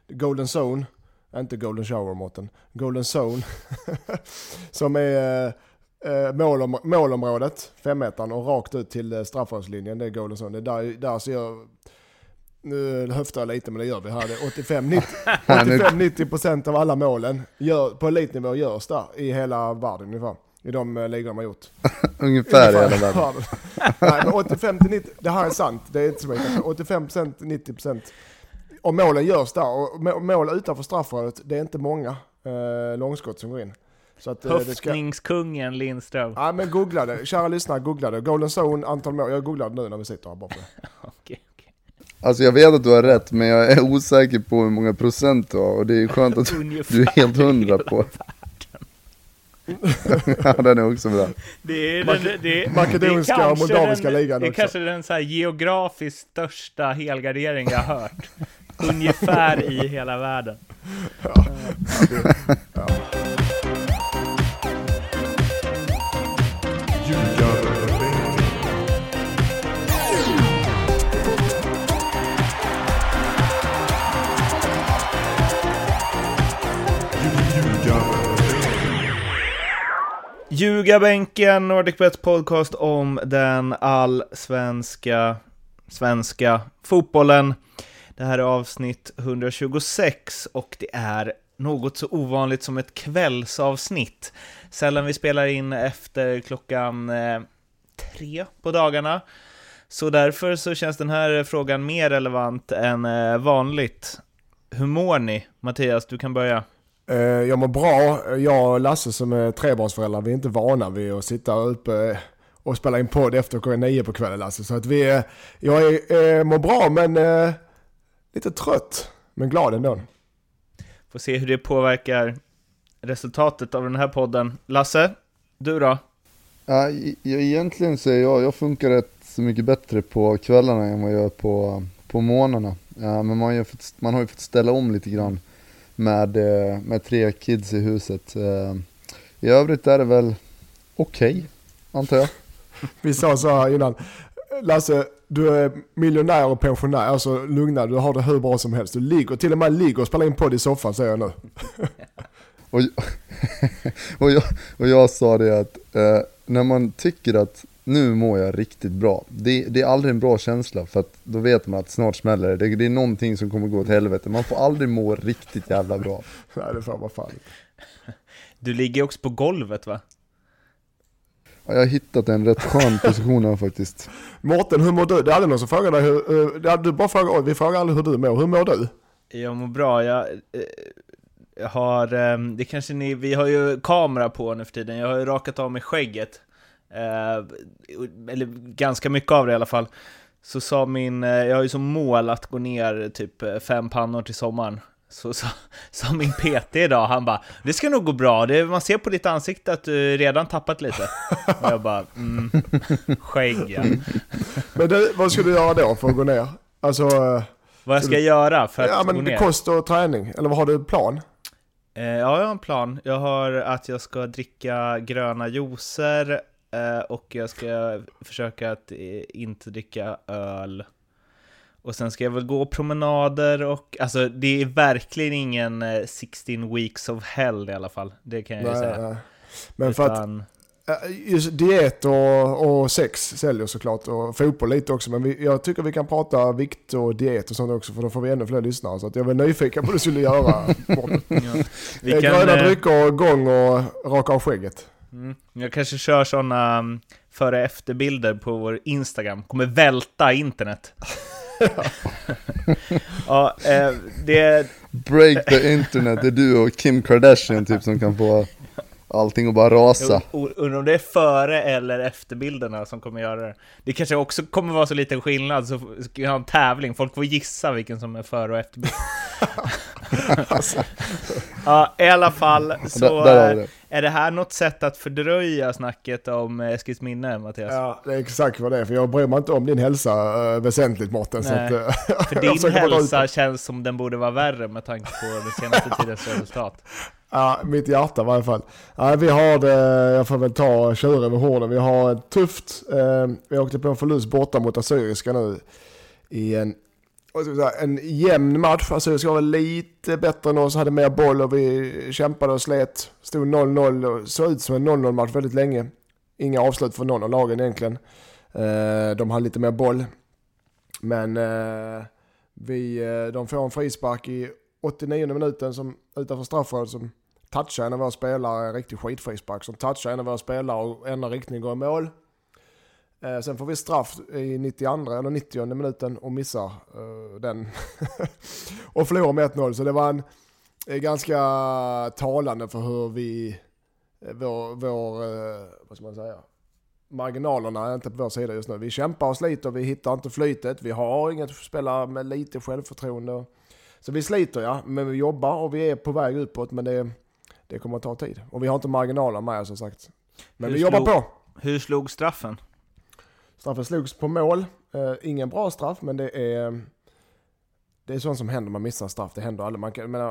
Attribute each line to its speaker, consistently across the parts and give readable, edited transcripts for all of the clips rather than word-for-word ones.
Speaker 1: Golden Zone, inte Golden Shower Mårten, Golden Zone som är målområdet, 5-metern och rakt ut till straffområdeslinjen, det är Golden Zone. Det är där så jag, nu höftar jag lite men det gör vi här, det är 85-90% av alla målen på elitnivå görs där i hela världen ungefär. I de ligor de har gjort.
Speaker 2: ungefär i hela världen.
Speaker 1: Nej, men 85-90, det här är sant. Det är inte så mycket. 85-90%. Och målen görs där. Och mål utanför straffområdet, det är inte många långskott som går in. Så att,
Speaker 3: höftningskungen Lindström.
Speaker 1: Ja, men googla det. Kära lyssnare, googla det. Golden Zone, antal mål. Jag googlade nu när vi sitter här bara för det.
Speaker 3: Okej.
Speaker 2: Alltså jag vet att du har rätt, men jag är osäker på hur många procent du har. Och det är skönt att du är helt 100 på. Ja, den är också bra.
Speaker 3: Det är
Speaker 1: makedoniska och moldaviska ligan
Speaker 3: också. Det är
Speaker 1: också.
Speaker 3: kanske den så här geografiskt största helgardering jag har hört. Ungefär i hela världen.
Speaker 1: Ja.
Speaker 3: Ljugarbänken, NordicBets podcast om den svenska fotbollen. Det här är avsnitt 126 och det är något så ovanligt som ett kvällsavsnitt. Sällan vi spelar in efter klockan 3 på dagarna. Så därför så känns den här frågan mer relevant än vanligt. Hur mår ni? Mattias, du kan börja.
Speaker 1: Jag mår bra. Jag och Lasse som är trebarnsföräldrar, vi är inte vana vid att sitta uppe och spela in podd efter klockan 9 på kvällen, Lasse. Så att jag mår bra men lite trött, men glad ändå.
Speaker 3: Får se hur det påverkar resultatet av den här podden. Lasse, du då?
Speaker 2: Ja, egentligen så jag funkar rätt så mycket bättre på kvällarna än vad jag gör på morgnarna. Ja, men man har ju fått ställa om lite grann med 3 kids i huset. I övrigt är det väl okej, antar jag.
Speaker 1: Vi sa så här innan, Lasse, du är miljonär och pensionär, alltså lugna, du har det hur bra som helst. Du till och med ligger och spelar in podd i soffan, säger jag nu.
Speaker 2: och jag sa det att när man tycker att nu mår jag riktigt bra, det är aldrig en bra känsla, för att då vet man att snart smäller det. Det är någonting som kommer gå åt helvete. Man får aldrig må riktigt jävla bra.
Speaker 1: Nej, det får vara fan. Du
Speaker 3: ligger också på golvet, va?
Speaker 2: Ja, jag har hittat en rätt skön position här faktiskt.
Speaker 1: Mårten, hur mår du? Det är aldrig någon som frågar dig du bara frågar, vi frågar aldrig hur du mår. Hur mår du?
Speaker 3: Jag mår bra. Jag har det kanske vi har ju kamera på nu för tiden. Jag har ju rakat av mig skägget. Eller ganska mycket av det i alla fall. Så sa jag har ju som mål att gå ner typ 5 pannor till sommaren. Så sa min PT idag, han bara, det ska nog gå bra, man ser på ditt ansikte att du redan tappat lite. Och jag bara, skägg, ja.
Speaker 1: Men vad ska du göra då för att gå ner? Alltså,
Speaker 3: vad jag ska göra för att gå ner?
Speaker 1: Kost och träning, eller vad har du plan?
Speaker 3: Ja, jag har en plan. Jag har att jag ska dricka gröna juicer och jag ska försöka att inte dricka öl. Och sen ska jag väl gå promenader och alltså det är verkligen ingen 16 weeks of hell i alla fall. Det kan jag ju säga. Nej.
Speaker 1: Men för att just diet och sex säljer såklart och fotboll lite också, men jag tycker vi kan prata vikt och diet och sånt också, för då får vi ännu fler lyssnare, så att jag var nyfiken på vad du skulle göra. Gröna drycker och gång och raka av skägget.
Speaker 3: Jag kanske kör sådana före och efterbilder på vår Instagram. Kommer välta internet. Ja,
Speaker 2: break the internet. Det är du och Kim Kardashian typ som kan få allting att bara rasa.
Speaker 3: Undrar om det är före eller efterbilderna som kommer göra det. Det kanske också kommer vara så liten skillnad, så ska vi ha en tävling. Folk får gissa vilken som är före och efterbild.
Speaker 1: Alltså.
Speaker 3: Ja, i alla fall så är det här något sätt att fördröja snacket om Eskilsminne, Mattias?
Speaker 1: Ja, det är exakt vad det är, för jag bryr mig inte om din hälsa väsentligt, Mårten. Så att,
Speaker 3: för din hälsa känns som den borde vara värre med tanke på den senaste tidens resultat.
Speaker 1: Ja, mitt hjärta i varje fall. Ja, vi har det, jag får väl köra över hården. Vi har tufft, vi åkte på en förlust borta mot Assyriska nu i en en jämn match. Alltså det ska vara lite bättre än oss, hade mer boll och vi kämpade och slet. Stod 0-0 och såg ut som en 0-0 match väldigt länge. Inga avslut för någon av lagen egentligen. De har lite mer boll. Men de får en frispark i 89 minuten som utanför straffområdet som touchar en av våra spelare, en riktig skitfrispark som touchar en av våra spelare och ändrar riktning och går i mål. Sen får vi straff i 92 eller 90 minuten och missar den och förlorar med 1-0. Så det var en ganska talande för hur vi vad ska man säga, marginalerna är inte på vår sida just nu. Vi kämpar och sliter, vi hittar inte flytet, vi har inget spelare med lite självförtroende. Så vi sliter, ja, men vi jobbar och vi är på väg uppåt, men det kommer att ta tid. Och vi har inte marginaler med, som sagt. Men vi jobbar på.
Speaker 3: Hur slog straffen?
Speaker 1: Straffen slogs på mål. Ingen bra straff, men det är sånt som händer. Man missar straff, det händer aldrig.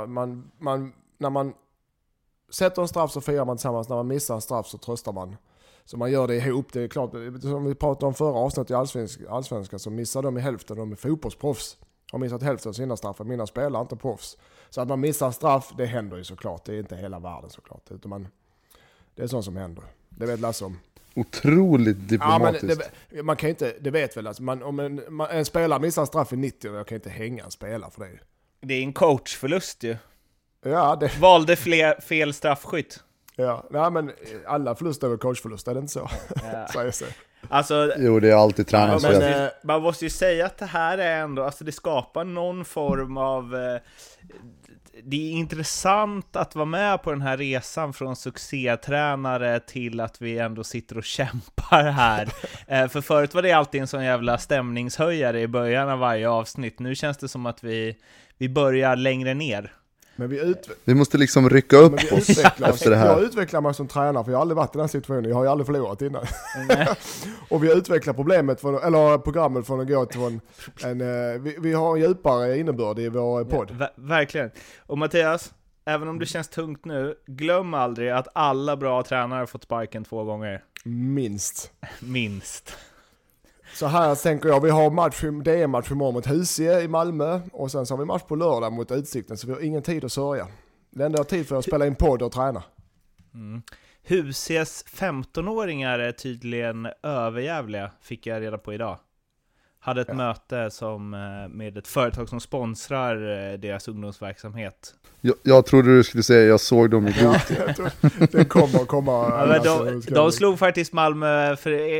Speaker 1: När man sätter en straff så firar man tillsammans. När man missar en straff så tröstar man. Så man gör det ihop. Det är klart, som vi pratade om förra avsnittet i Allsvenskan, så missar de i hälften. De är fotbollsproffs. Har missat hälften av sina straffar. Mina spelare inte proffs. Så att man missar straff, det händer ju såklart. Det är inte hela världen såklart. Utan det är sånt som händer. Det vet Lasse om.
Speaker 2: Otroligt diplomatiskt.
Speaker 1: Ja, man kan inte, det vet väl alltså, om en spelare missar straff i 90, jag kan inte hänga en spelare för det.
Speaker 3: Det är en coachförlust ju.
Speaker 1: Ja,
Speaker 3: Valde fel straffskytt.
Speaker 1: Ja, nej, men alla förluster är väl coachförlust, är det inte så?
Speaker 3: Ja. Alltså,
Speaker 2: jo, det är alltid tränaren.
Speaker 3: Man måste ju säga att det här är ändå, alltså det skapar någon form av det är intressant att vara med på den här resan från succétränare till att vi ändå sitter och kämpar här. För förut var det alltid en sån jävla stämningshöjare i början av varje avsnitt. Nu känns det som att vi börjar längre ner.
Speaker 1: Men
Speaker 2: vi måste liksom rycka upp oss efter det här.
Speaker 1: Jag utvecklar mig som tränare, för jag har aldrig varit i den situationen. Jag har ju aldrig förlorat innan. Och vi har utvecklat programmet från att gå till vi har en djupare innebörd i vår podd.
Speaker 3: Ja, verkligen. Och Mattias, även om det känns tungt nu, glöm aldrig att alla bra tränare har fått sparken 2 gånger. Minst.
Speaker 1: Så här tänker jag, vi har DM-match imorgon mot Husie i Malmö och sen så har vi match på lördag mot Utsikten, så vi har ingen tid att sörja. Det enda jag har tid för att spela in podd och träna.
Speaker 3: Husies 15-åringar är tydligen överjävliga, fick jag reda på idag. Hade ett möte med ett företag som sponsrar deras ungdomsverksamhet.
Speaker 2: Jag trodde du skulle säga jag såg dem i god.
Speaker 1: Det kommer komma.
Speaker 3: Ja, de slog faktiskt Malmö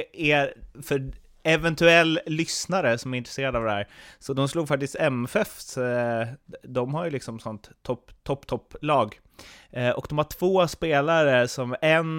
Speaker 3: för eventuell lyssnare som är intresserade av det här. Så de slog faktiskt MFFs, de har ju liksom sånt topp lag. Och de har 2 spelare som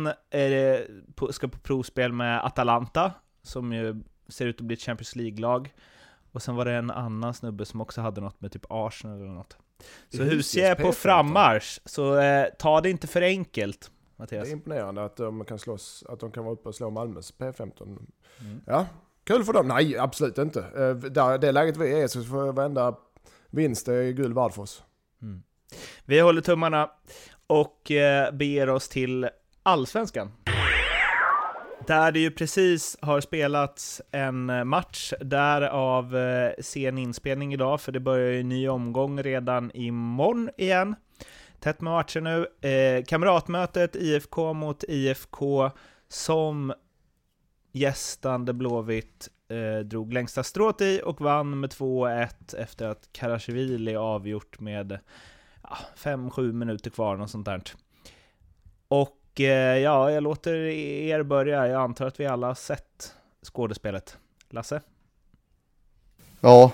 Speaker 3: ska på provspel med Atalanta, som ju ser ut att bli ett Champions League-lag. Och sen var det en annan snubbe som också hade något med typ Arsenal eller något. Så Husie är på frammarsch, så ta det inte för enkelt, Mattias.
Speaker 1: Det är imponerande att de kan slåss, att de kan vara uppe och slå Malmös P15. Ja, kul för dem. Nej, absolut inte. Det läget vi är så får varenda vinst är guld värd för oss.
Speaker 3: Vi håller tummarna och beger oss till Allsvenskan. Där det ju precis har spelats en match, därav sen inspelning idag, för det börjar ju en ny omgång redan imorgon igen. Tätt med matcher nu. Kamratmötet IFK mot IFK, som gästande Blåvitt drog längsta strået i och vann med 2-1 efter att Karasjvili avgjort med 5-7 minuter kvar, och sånt där. Och jag låter er börja. Jag antar att vi alla har sett skådespelet. Lasse?
Speaker 2: Ja,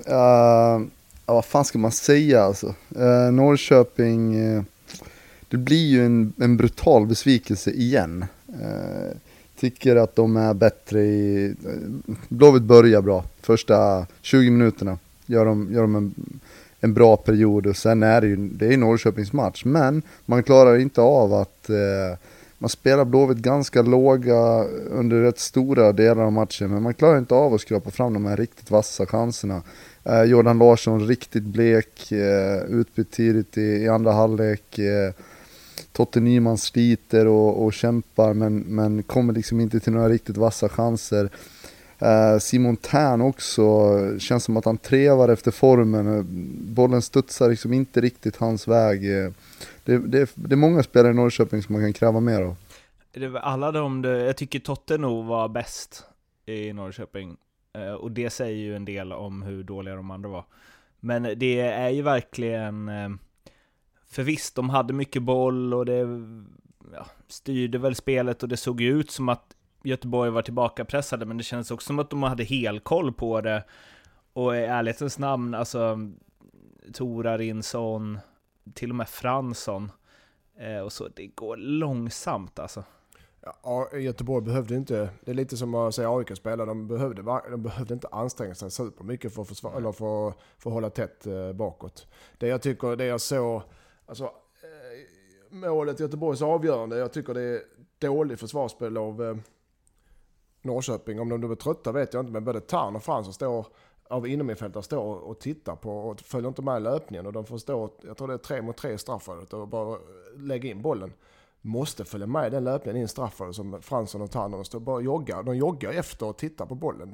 Speaker 2: vad fan ska man säga alltså? Norrköping, det blir ju en brutal besvikelse igen. Tycker att de är bättre Blåvitt börjar bra. Första 20 minuterna gör de en bra period, och sen är det är Norrköpings match, men man klarar inte av att man spelar Blåvitt ganska låga under rätt stora delar av matchen, men man klarar inte av att skrapa fram de här riktigt vassa chanserna. Jordan Larsson riktigt blek, utbytt tidigt i andra halvlek. Totte Nyman sliter och kämpar, men kommer liksom inte till några riktigt vassa chanser. Simon Tern också, känns som att han trevar efter formen. Bollen studsar liksom inte riktigt hans väg. Det är många spelare i Norrköping som man kan kräva mer av.
Speaker 3: Det var alla jag tycker Totte nog var bäst i Norrköping. Och det säger ju en del om hur dåliga de andra var. Men det är ju verkligen... För visst, de hade mycket boll och det styrde väl spelet och det såg ut som att Göteborg var tillbaka pressade, men det kändes också som att de hade helkoll på det. Och i ärlighetens namn, alltså Tora Rinsson, till och med Fransson, och så, det går långsamt alltså.
Speaker 1: Ja, Göteborg behövde inte, det är lite som att säga AIK-spelare, de behövde inte anstränga sig supermycket för att försvara, eller för att hålla tätt bakåt. Det jag såg, alltså målet Göteborgs avgörande, jag tycker det är dåligt försvarsspel av Norrköping. Om de är trötta vet jag inte, men både Tarn och Fransson står av inomhusfältare står och tittar på och följer inte med i löpningen, och de får stå, jag tror det är 3-3 straffar och bara lägga in bollen. Måste följa med i den löpningen in straffar som Fransson och Tarn, och står bara och joggar. De joggar efter och tittar på bollen.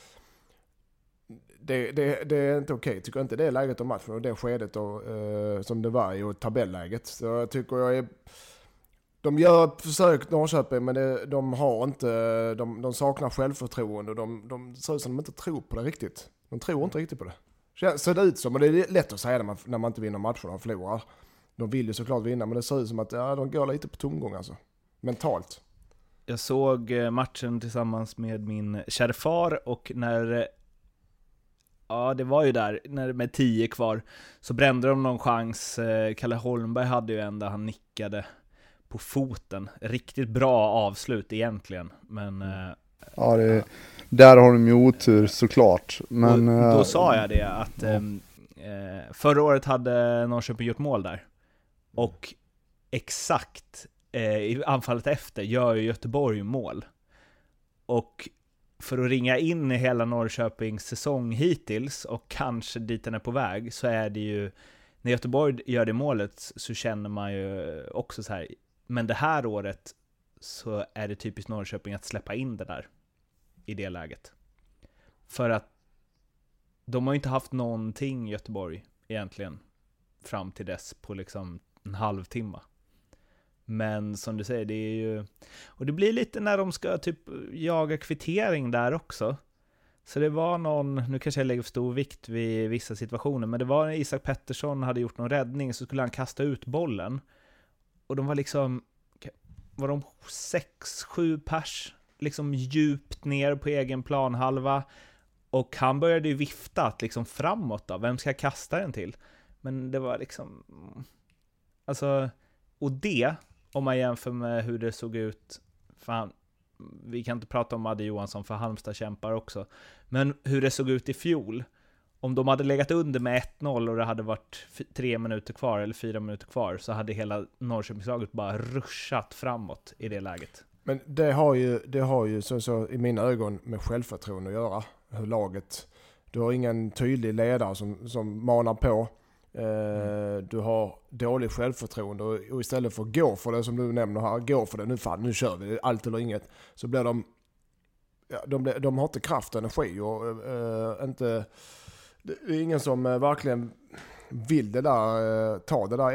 Speaker 1: Det är inte okej. Tycker inte det är läget av matchen och det skedet och, som det var i tabelläget. Så jag tycker de gör ett försök Norrköping, men de har inte, de saknar självförtroende och de ser ut som de inte tror på det riktigt. De tror inte riktigt på det. Så det ut som, och det är lätt att säga när man inte vinner matchen och förlorar. De vill ju såklart vinna, men det ser ut som att de går lite på tomgång alltså. Mentalt.
Speaker 3: Jag såg matchen tillsammans med min kära far, och när det var ju där, när med 10 kvar så brände de någon chans. Kalle Holmberg hade ju en där han nickade på foten. Riktigt bra avslut egentligen, men
Speaker 2: ja, där har de ju otur såklart. Men
Speaker 3: då sa jag det att förra året hade Norrköping gjort mål där. Och exakt i anfallet efter gör ju Göteborg mål. Och för att ringa in i hela Norrköpings säsong hittills, och kanske dit den är på väg, så är det ju, när Göteborg gör det målet så känner man ju också så här, men det här året så är det typiskt Norrköping att släppa in det där i det läget. För att de har ju inte haft någonting i Göteborg egentligen fram till dess på liksom en halvtimme. Men som du säger, det är ju, och det blir lite när de ska typ jaga kvittering där också. Så det var någon, nu kanske jag lägger för stor vikt vid vissa situationer, men det var när Isak Pettersson hade gjort någon räddning, så skulle han kasta ut bollen. Och de var liksom, var de 6-7 pers liksom djupt ner på egen planhalva, och han började ju vifta liksom framåt då, vem ska jag kasta den till? Men det var liksom, alltså, och det, om man jämför med hur det såg ut, fan, vi kan inte prata om Adde Johansson för Halmstad kämpar också, men hur det såg ut i fjol, om de hade legat under med 1-0 och det hade varit 3 minuter kvar eller 4 minuter kvar, så hade hela Norrköpingslaget bara ruschat framåt i det läget. Men
Speaker 1: det har ju så i mina ögon med självförtroende att göra, hur laget, du har ingen tydlig ledare som manar på. Du har dålig självförtroende, och istället för att gå för det som du nämner här, gå för det, nu kör vi allt eller inget, så blir de har inte kraft och energi, och inte, det är ingen som verkligen vill det där, ta det där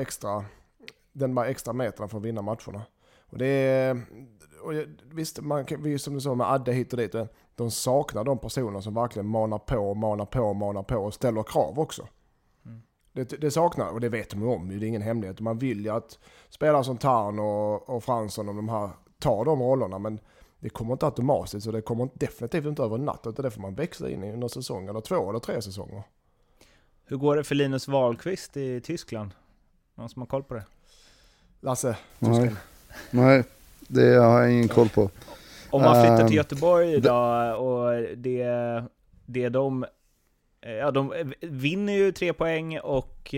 Speaker 1: extra meterna för att vinna matcherna. Och det är, och visst, vi som du sa med Adde hit och dit, de saknar de personer som verkligen manar på och ställer krav också. Det saknar, och det vet de om, det är ingen hemlighet. Man vill ju att spelare som Tarn och Fransson och de här tar de rollerna, men det kommer inte automatiskt, så det kommer definitivt inte över natt, utan det får man växa in i någon säsong, eller 2 eller 3 säsonger.
Speaker 3: Hur går det för Linus Wahlqvist i Tyskland? Någon som har koll på det?
Speaker 1: Lasse, Tyskland.
Speaker 2: Nej, det har jag ingen koll på.
Speaker 3: Om man flyttar till Göteborg idag, och de vinner ju 3 poäng, och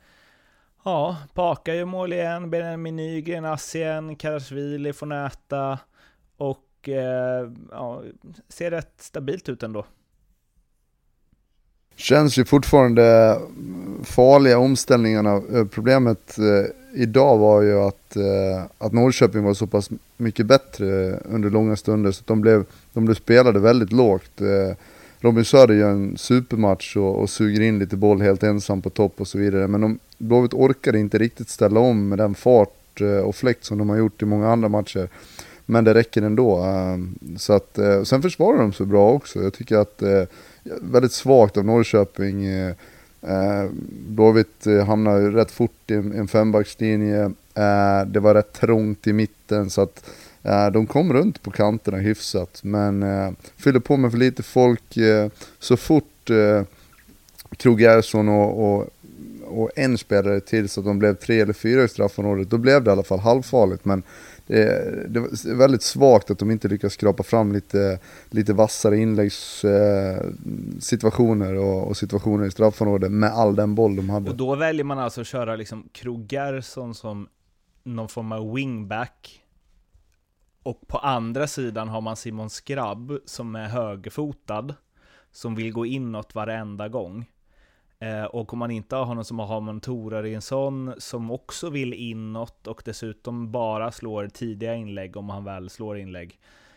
Speaker 3: Paka gör mål igen, Benjamin Nygren, Assien, Karasvili får näta, och ser rätt stabilt ut ändå.
Speaker 2: Känns ju fortfarande farliga omställningarna. Problemet idag var ju att Norrköping var så pass mycket bättre under långa stunder så att de blev spelade väldigt lågt. Robin Söder gör en supermatch och suger in lite boll helt ensam på topp och så vidare. Men Blåvitt orkade inte riktigt ställa om med den fart och fläkt som de har gjort i många andra matcher. Men det räcker ändå. Så att, sen försvarar de så bra också. Jag tycker att väldigt svagt av Norrköping. Blåvitt hamnar rätt fort i en fembackslinje. Det var rätt trångt i mitten så att de kom runt på kanterna hyfsat. Men fyller på med för lite folk. Så fort Krog Gerson och en spelare till så att de blev 3 eller 4 i straffområdet, då blev det i alla fall halvfarligt. Men det är väldigt svagt att de inte lyckas skrapa fram lite vassare inläggssituationer och situationer i straffområdet med all den boll de hade.
Speaker 3: Och då väljer man alltså att köra liksom Krog Gerson som någon form av wingback. Och på andra sidan har man Simon Skrabb som är högerfotad, som vill gå inåt varenda gång. Och om man inte har honom som har Hamon Torarinsson som också vill inåt och dessutom bara slår tidiga inlägg om han väl slår inlägg.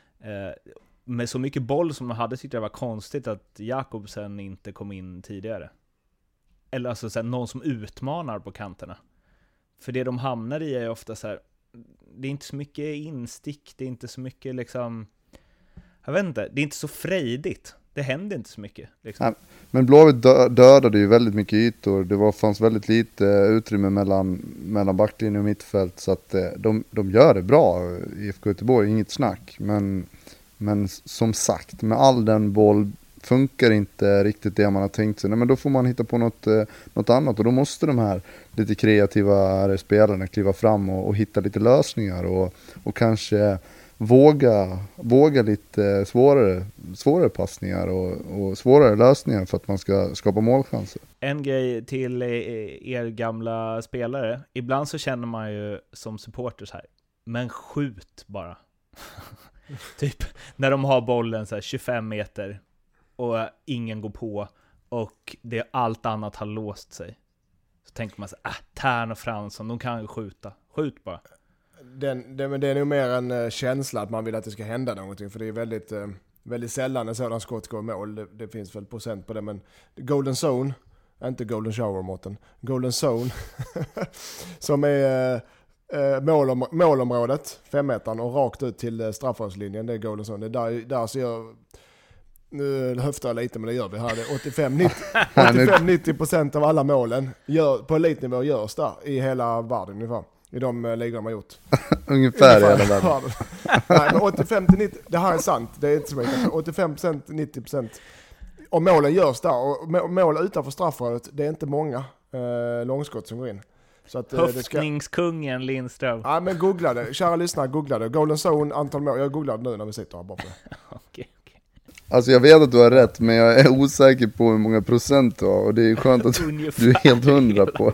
Speaker 3: Med så mycket boll som man hade tyckte jag var konstigt att Jakobsen inte kom in tidigare. Eller alltså så här, någon som utmanar på kanterna. För det de hamnar i är ofta så här, det är inte så mycket instick, det är inte så mycket liksom, jag vet inte, det är inte så frejdigt. Det händer inte så mycket. Liksom.
Speaker 2: Ja, men Blåvitt dödade ju väldigt mycket ytor. Det fanns väldigt lite utrymme mellan backlinje och mittfält. Så att de gör det bra. IFK Göteborg, inget snack. Men som sagt, med all den boll funkar inte riktigt det man har tänkt sig. Nej, men då får man hitta på något annat. Och då måste de här lite kreativa spelarna kliva fram och hitta lite lösningar. Och kanske våga lite svårare passningar och svårare lösningar för att man ska skapa målchanser.
Speaker 3: En grej till er gamla spelare. Ibland så känner man ju som supporter så här, men skjut bara. Typ när de har bollen så här 25 meter och ingen går på och allt annat har låst sig. Så tänker man så här, Tern och Fransson, de kan ju skjuta. Skjut bara.
Speaker 1: Men det är nog mer en känsla att man vill att det ska hända någonting. För det är väldigt, väldigt sällan en sådan skott går i mål. Det finns väl procent på det. Men Golden Zone, inte Golden Shower-måtten. Golden Zone, som är målområdet, 5-metern och rakt ut till straffområdeslinjen. Det är Golden Zone. Det är där så jag... Nu höftar jag lite, men det gör vi här. 85-90% av alla målen på elitnivå görs där i hela världen ungefär. I de ligor man har gjort.
Speaker 2: Ungefär i hela världen.
Speaker 1: Nej, men 85-90, det här är sant. Det är inte så mycket. 85%-90%. Och målen görs där. Och mål utanför straffområdet, det är inte många långskott som går in. Så att,
Speaker 3: höftningskungen Lindström.
Speaker 1: Ja, men googla det. Kära lyssnare, googla det. Golden Zone, antal mål. Jag googlade nu när vi sitter här bara för det.
Speaker 3: Okej.
Speaker 2: Alltså jag vet att du har rätt, men jag är osäker på hur många procent du har. Och det är skönt att du är helt 100 på.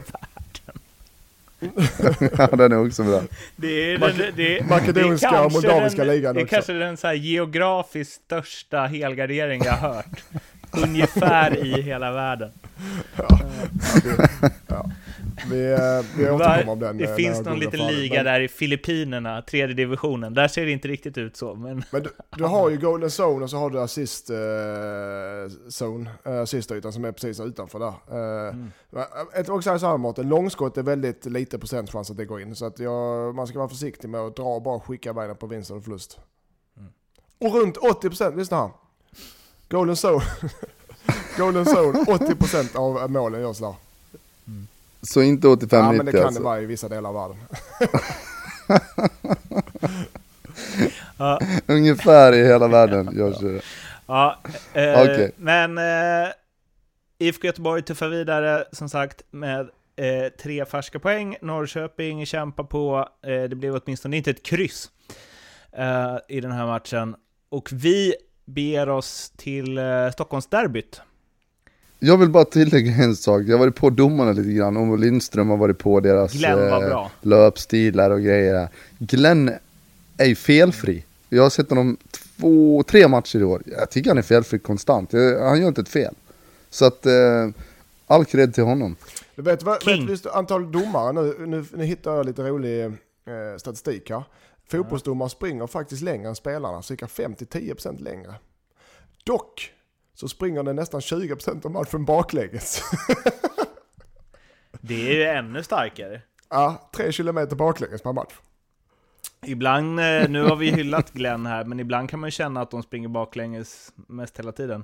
Speaker 2: Ja, den är också bra.
Speaker 3: Det är
Speaker 1: makedonska och moldaviska ligan
Speaker 3: också. Det är
Speaker 1: också.
Speaker 3: kanske den så här geografiskt största helgardering jag har hört. Ungefär i hela världen.
Speaker 1: Vi återkommer om den.
Speaker 3: Det finns någon liten liga där i Filippinerna, 3:e divisionen. Där ser det inte riktigt ut så. Men
Speaker 1: du har ju Golden Zone och så har du assist zone, assistytan som är precis utanför där. Ett också så här, Mårten, långskott är väldigt lite procentchans att det går in. Så att man ska vara försiktig med att dra och bara skicka benen på vinst och förlust. Och runt 80%, lyssna här. Golden Zone, 80% av målen görs där.
Speaker 2: Så inte 85-90
Speaker 1: ja, men det kan
Speaker 2: alltså.
Speaker 1: det vara i vissa delar av världen.
Speaker 2: Ungefär i hela världen görs det.
Speaker 3: Ja,
Speaker 2: okay.
Speaker 3: Men IFK Göteborg tuffar vidare som sagt med 3 färska poäng. Norrköping kämpar på. Det blev åtminstone inte ett kryss i den här matchen. Och vi ber oss till Stockholmsderbyt.
Speaker 2: Jag vill bara tillägga en sak. Jag har varit på domarna lite grann. Och Lindström har varit på deras löpstilar och grejer. Glenn är felfri. Jag har sett honom 2-3 matcher i år. Jag tycker han är felfri konstant. Han gör inte ett fel. Så att all cred till honom.
Speaker 1: Du vet visst antal domare, nu hittar jag lite rolig statistik här. Fotbollsdomare springer faktiskt längre än spelarna, cirka 5-10% längre. Dock så springer den nästan 20% av matchen baklänges.
Speaker 3: Det är ju ännu starkare.
Speaker 1: Ja, 3 kilometer baklänges per match.
Speaker 3: Ibland, nu har vi hyllat Glenn här, men ibland kan man ju känna att de springer baklänges mest hela tiden.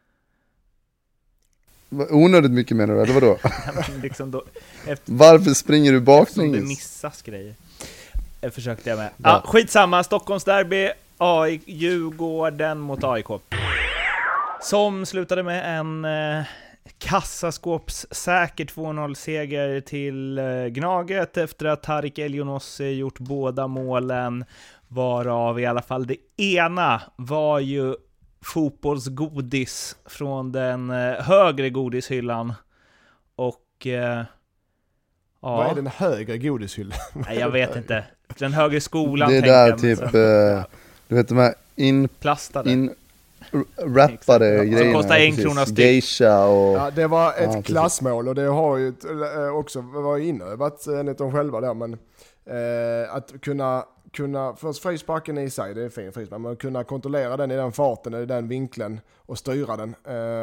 Speaker 2: Onödigt mycket menar du, eller vadå?
Speaker 3: Liksom då,
Speaker 2: Varför springer du baklänges?
Speaker 3: Det missas grejer. Försökte jag med. Ja, skitsamma, Stockholms derby, Djurgården mot AIK. Som slutade med en kassaskåpssäker 2-0-seger till Gnaget efter att Tarik Elionossi gjort båda målen, varav i alla fall det ena var ju fotbollsgodis från den högre godishyllan. Och
Speaker 1: vad är den högre godishyllan?
Speaker 3: Nej, jag vet inte. Den högre skolan.
Speaker 2: Det är där typ du vet de här
Speaker 3: plastade
Speaker 2: rappade grejerna.
Speaker 3: Som kostar 1 krona styck.
Speaker 2: Geisha och...
Speaker 1: Ja, det var ett klassmål och det har ju också var inövat enligt dem själva där, men att kunna först frisparken i sig, det är fin frispark, men kunna kontrollera den i den farten, i den vinkeln och styra den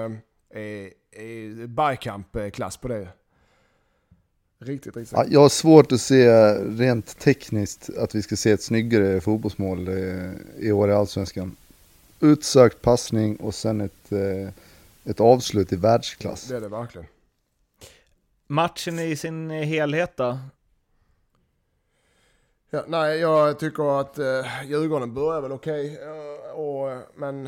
Speaker 1: är bergkamp-klass på det. Riktigt.
Speaker 2: Ja, jag har svårt att se rent tekniskt att vi ska se ett snyggare fotbollsmål i år i Allsvenskan. Utsökt passning och sen ett avslut i världsklass.
Speaker 1: Det är det verkligen.
Speaker 3: Matchen i sin helhet då?
Speaker 1: Ja, nej, jag tycker att Djurgården börjar väl okej. Men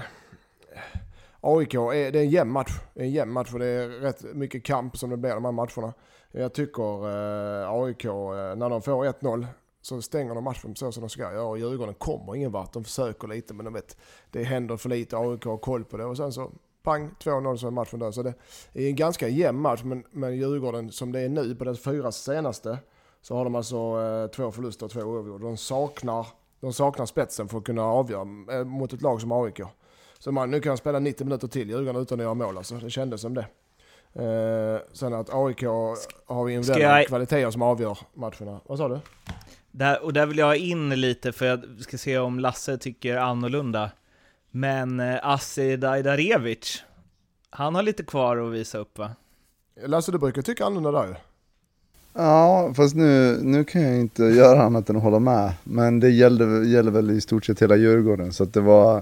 Speaker 1: AIK, det är en jämn match. Det är en jämn match för det är rätt mycket kamp som det blir de här matcherna. Jag tycker AIK, när de får 1-0 så stänger de matchen så som de ska göra. Och Djurgården kommer ingen vart. De försöker lite, men de vet, det händer för lite. AIK har koll på det. Och sen så pang, 2-0 så är matchen där. Så det är en ganska jämn match. Men Djurgården, som det är nu på de 4 senaste, så har de alltså 2 förluster och 2 oavgjorda. De saknar spetsen för att kunna avgöra mot ett lag som AIK. Så nu kan de spela 90 minuter till Djurgården utan att göra mål. Alltså. Det kändes som det. Sen att AIK har vi individuella kvaliteter som avgör matcherna. Vad sa du?
Speaker 3: Där vill jag ha in lite, för jag ska se om Lasse tycker annorlunda. Men Assi Dajdarevic, han har lite kvar att visa upp, va?
Speaker 1: Lasse, du brukar tycka annorlunda där ju.
Speaker 2: Ja, fast nu kan jag inte göra annat än att hålla med. Men det gäller väl i stort sett hela Djurgården. Så att det var...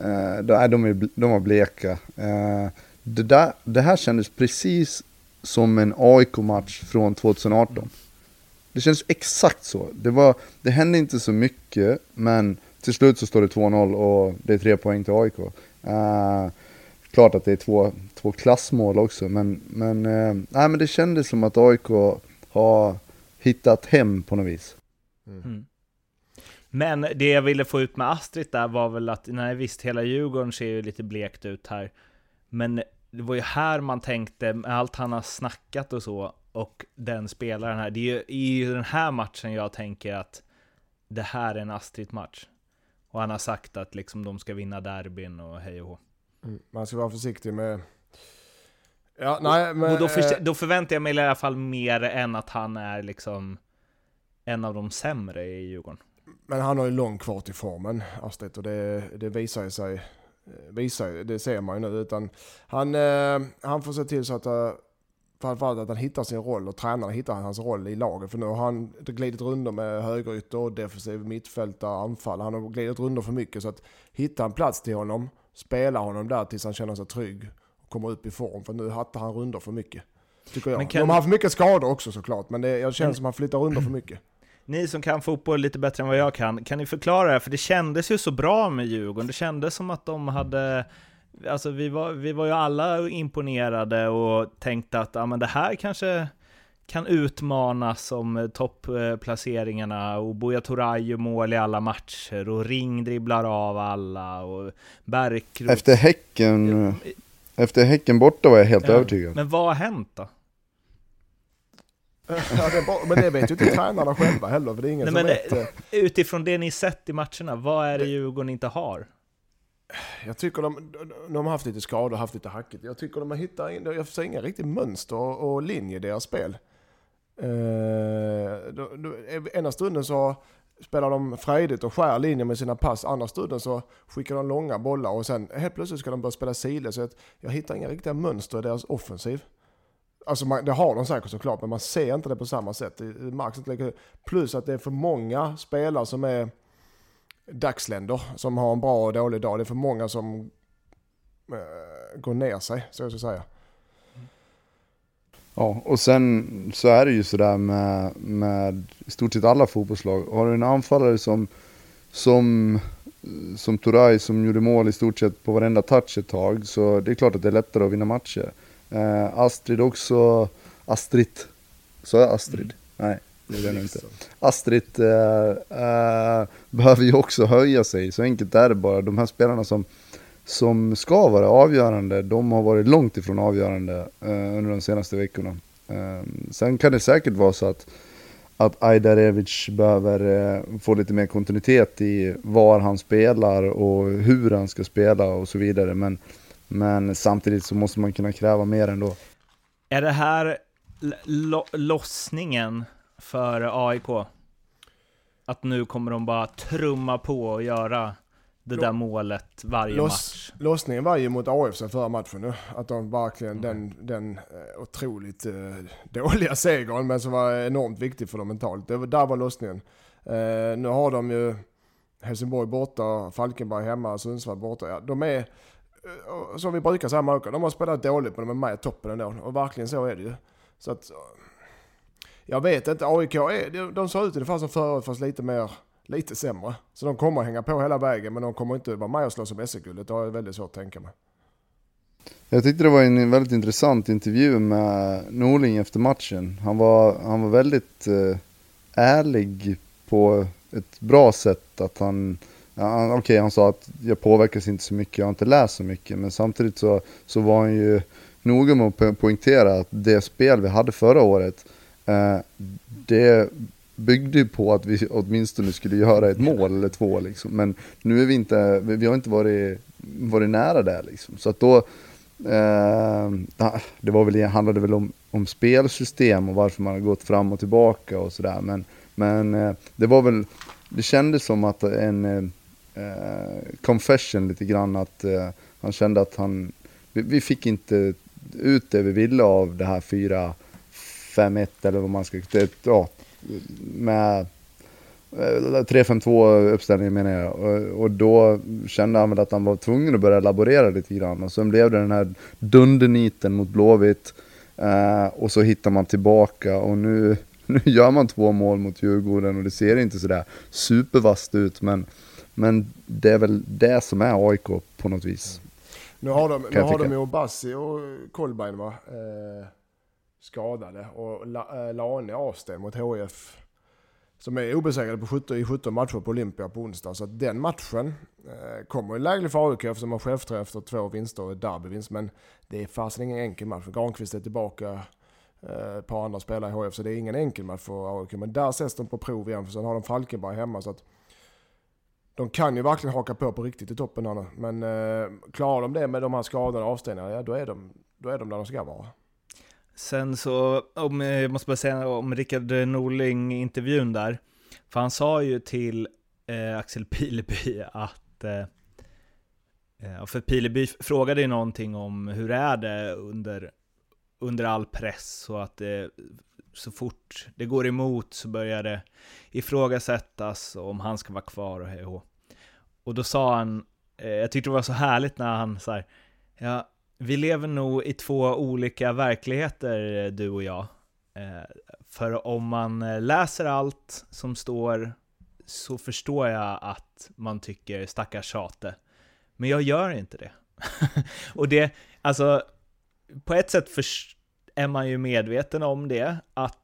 Speaker 2: de var bleka. Det här kändes precis som en AIK-match från 2018. Det känns exakt så. Det hände inte så mycket, men till slut så står det 2-0 och det är 3 poäng till AIK. Klart att det är två klassmål också, men det kändes som att AIK har hittat hem på något vis.
Speaker 3: Mm. Men det jag ville få ut med Astrid där var väl att, nej visst, hela Djurgården ser ju lite blekt ut här, men det var ju här man tänkte, med allt han har snackat och så, och den spelaren här, det är ju i den här matchen jag tänker att det här är en Astrid-match. Och han har sagt att liksom de ska vinna derbyn och hej och hå.
Speaker 1: Man ska vara försiktig med... Ja, nej, men...
Speaker 3: Och då förväntar jag mig i alla fall mer än att han är liksom en av de sämre i Djurgården. Men
Speaker 1: han har ju långt kvar till formen, Astrid, och det visar ju sig... det ser man ju nu, utan han får se till så att framförallt att han hittar sin roll, och tränarna hittar hans roll i laget, för nu har han glidit runt med högerytter och defensiv mittfältare, anfall. Han har glidit runt för mycket, så att hitta en plats till honom, spela honom där tills han känner sig trygg och kommer upp i form, för nu hattar han runder för mycket, tycker jag. De har haft mycket skador också såklart, men jag känner som att han flyttar runder för mycket.
Speaker 3: Ni som kan fotboll lite bättre än vad jag kan ni förklara det? För det kändes ju så bra med Djurgården. Det kändes som att de hade... Alltså vi var ju alla imponerade och tänkte att men det här kanske kan utmanas som toppplaceringarna, och Buya Turay mål i alla matcher och Ring dribblar av alla och Bergkrok... Efter Häcken borta var jag helt övertygad. Men vad har hänt då?
Speaker 1: Men det vet ju inte tränarna själva heller, för det är ingen som vet.
Speaker 3: Utifrån det ni sett i matcherna, vad är det Djurgården inte har?
Speaker 1: Jag tycker de har haft lite skador och haft lite hackigt. Jag tycker de har hittat in, jag ser inga riktigt mönster och linje i deras spel. Ena stunden så spelar de frejdigt och skär linjer med sina pass. Andra stunden så skickar de långa bollar och sen helt plötsligt ska de börja spela sidled. Så jag hittar inga riktiga mönster i deras offensiv. Alltså det har de säkert såklart, men man ser inte det på samma sätt. Plus att det är för många spelare som är dagsländer som har en bra och dålig dag. Det är för många som går ner sig, så jag ska säga.
Speaker 2: Ja, och sen så är det ju sådär med i stort sett alla fotbollslag. Har du en anfallare som Turay som gjorde mål i stort sett på varenda touch ett tag, så det är klart att det är lättare att vinna matcher. Astrid också, så är Astrid? Nej, det är det inte. Astrid behöver ju också höja sig, så enkelt är det bara. De här spelarna som ska vara avgörande, de har varit långt ifrån avgörande under de senaste veckorna. Sen kan det säkert vara så att Ajdarevic behöver få lite mer kontinuitet i var han spelar och hur han ska spela och så vidare. Men samtidigt så måste man kunna kräva mer ändå.
Speaker 3: Är det här lossningen för AIK? Att nu kommer de bara trumma på och göra det där målet varje match? Lossningen
Speaker 1: var ju mot AFC förra matchen nu. Att de verkligen den otroligt dåliga segern, men som var enormt viktig för dem mentalt. Där var lossningen. Nu har de ju Helsingborg borta, Falkenberg hemma, Sundsvall borta. Ja, de är, som vi brukar säga, de har spelat dåligt, men de är med i toppen ändå. Och verkligen så är det ju. Så att, jag vet inte, AIK de ser ut i det fall som förut, fast lite sämre. Så de kommer att hänga på hela vägen, men de kommer inte vara med och slå som SM-guldet. Det har jag väldigt svårt att tänka mig.
Speaker 2: Jag tyckte det var en väldigt intressant intervju med Norling efter matchen. Han var väldigt ärlig på ett bra sätt. Att han sa att jag påverkas inte så mycket, jag har inte läst så mycket. Men samtidigt så var han ju noga med att poängtera att det spel vi hade förra året, det byggde på att vi åtminstone skulle göra ett mål eller två liksom. Men nu är vi har inte varit nära där liksom. Så att då handlade väl om spelsystem och varför man har gått fram och tillbaka och sådär. Men det kändes som att en confession lite grann, att han kände att vi fick inte ut det vi ville av det här 4-5-1 eller vad man ska, med 3-5-2 uppställningen menar jag. Och då kände han väl att han var tvungen att börja laborera lite grann. Och sen blev det den här dunderniten mot Blåvitt. Och så hittar man tillbaka. Och nu gör man 2 mål mot Djurgården. Och det ser inte sådär supervast ut. Men det är väl det som är AIK på något vis.
Speaker 1: Nu har de ju Bassi och Kolbein skadade. Och Lane avstängd mot HF. Som är obesegrade i 17 matcher på Olympia på onsdag. Så att den matchen kommer i läglig för AIK eftersom man chefträ efter 2 vinster och derbyvinst. Men det är fast ingen enkel match. Granqvist är tillbaka, ett par andra spelare i HF. Så det är ingen enkel match för AIK. Men där ses de på prov igen. För sen har de Falkenberg hemma. Så att de kan ju verkligen haka på riktigt i toppen här nu. Men klarar de det med de här skadade avstängningarna, ja, då är de där de ska vara.
Speaker 3: Sen så, jag måste bara säga om Rickard Norling-intervjun där. För han sa ju till Axel Pileby att för Pileby frågade ju någonting om hur är det under all press, så att så fort det går emot så börjar det ifrågasättas om han ska vara kvar och hej och. Och då sa han, jag tyckte det var så härligt när han sa, ja, vi lever nog i 2 olika verkligheter, du och jag. För om man läser allt som står så förstår jag att man tycker stackars tjate. Men jag gör inte det. Och det, alltså, på ett sätt är man ju medveten om det, att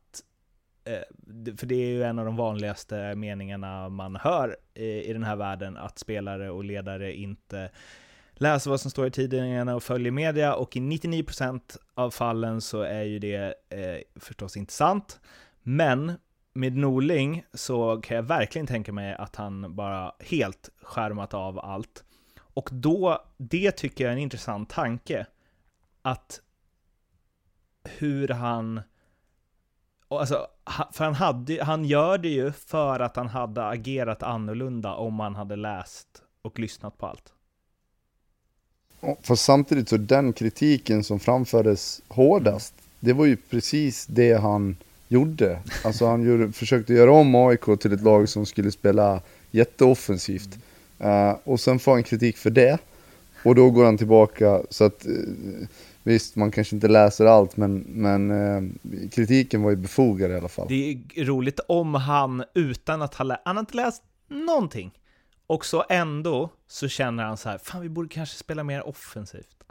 Speaker 3: för det är ju en av de vanligaste meningarna man hör i den här världen, att spelare och ledare inte läser vad som står i tidningarna och följer media, och i 99% av fallen så är ju det förstås inte sant. Men med Norling så kan jag verkligen tänka mig att han bara helt skärmat av allt. Och då, det tycker jag är en intressant tanke. Att hur han... Alltså, för han gör det ju för att han hade agerat annorlunda om man hade läst och lyssnat på allt.
Speaker 2: För samtidigt så den kritiken som framfördes hårdast, det var ju precis det han gjorde. Alltså han försökte göra om AIK till ett lag som skulle spela jätteoffensivt. Och sen får han kritik för det. Och då går han tillbaka så att... Visst, man kanske inte läser allt, men kritiken var ju befogad i alla fall.
Speaker 3: Det är roligt om han, utan att han har inte läst någonting, och så ändå så känner han så här, fan vi borde kanske spela mer offensivt.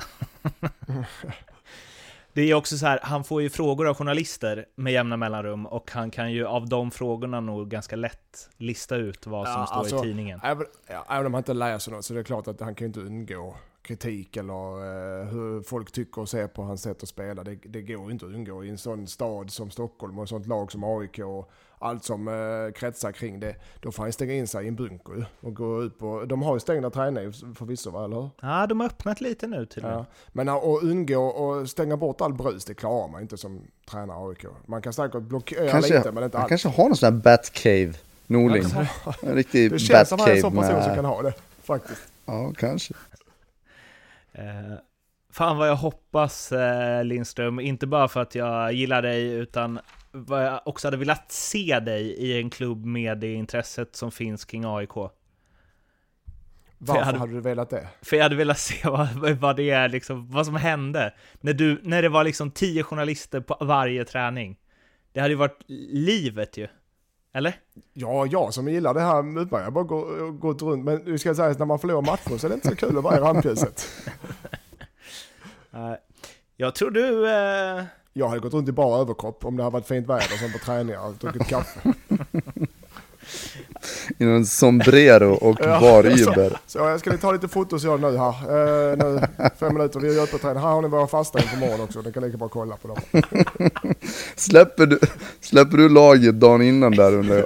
Speaker 3: Det är också så här, han får ju frågor av journalister med jämna mellanrum, och han kan ju av de frågorna nog ganska lätt lista ut vad som står i tidningen.
Speaker 1: Även om han inte läser något så är det klart att han kan inte undgå kritik eller hur folk tycker och ser på hans sätt att spela. Det går inte att undgå i en sån stad som Stockholm och ett sånt lag som AIK och allt som kretsar kring det. Då får han stänga in sig i en bunker och gå ut på... De har ju stängda träningar förvisso, va, eller hur?
Speaker 3: Ja, de har öppnat lite nu till det.
Speaker 1: Men att undgå och stänga bort all brus, det klarar man inte som tränare AIK. Man kan säkert blockera lite, men inte allt.
Speaker 2: Kanske har någon sån här Batcave, Norling. En riktig Batcave.
Speaker 1: Det känns som han är en sån person som kan ha det, faktiskt.
Speaker 2: Ja, kanske.
Speaker 3: Fan vad jag hoppas, Lindström, inte bara för att jag gillar dig, utan vad jag också hade velat se dig i en klubb med det intresset som finns kring AIK.
Speaker 1: Varför hade du velat det?
Speaker 3: För jag hade velat se vad det är, liksom, vad som hände när det var liksom 10 journalister på varje träning. Det hade ju varit livet ju. Eller?
Speaker 1: Ja, jag som gillar det här, jag har bara gått runt. Men du ska säga att när man förlorar matcher så är det inte så kul att vara i rampljuset.
Speaker 3: Jag tror du...
Speaker 1: Jag hade gått runt i bara överkropp om det hade varit fint väder som på träningar och druckit kaffe.
Speaker 2: I en sombrero och bar-Uber.
Speaker 1: Så jag ska ta lite fotos jag nu här. Nu 5 minuter, vi gör på träning. Här har ni våra fasta inför morgon också. Ni kan lika bara kolla på dem.
Speaker 2: Släpper du laget dagen innan där under?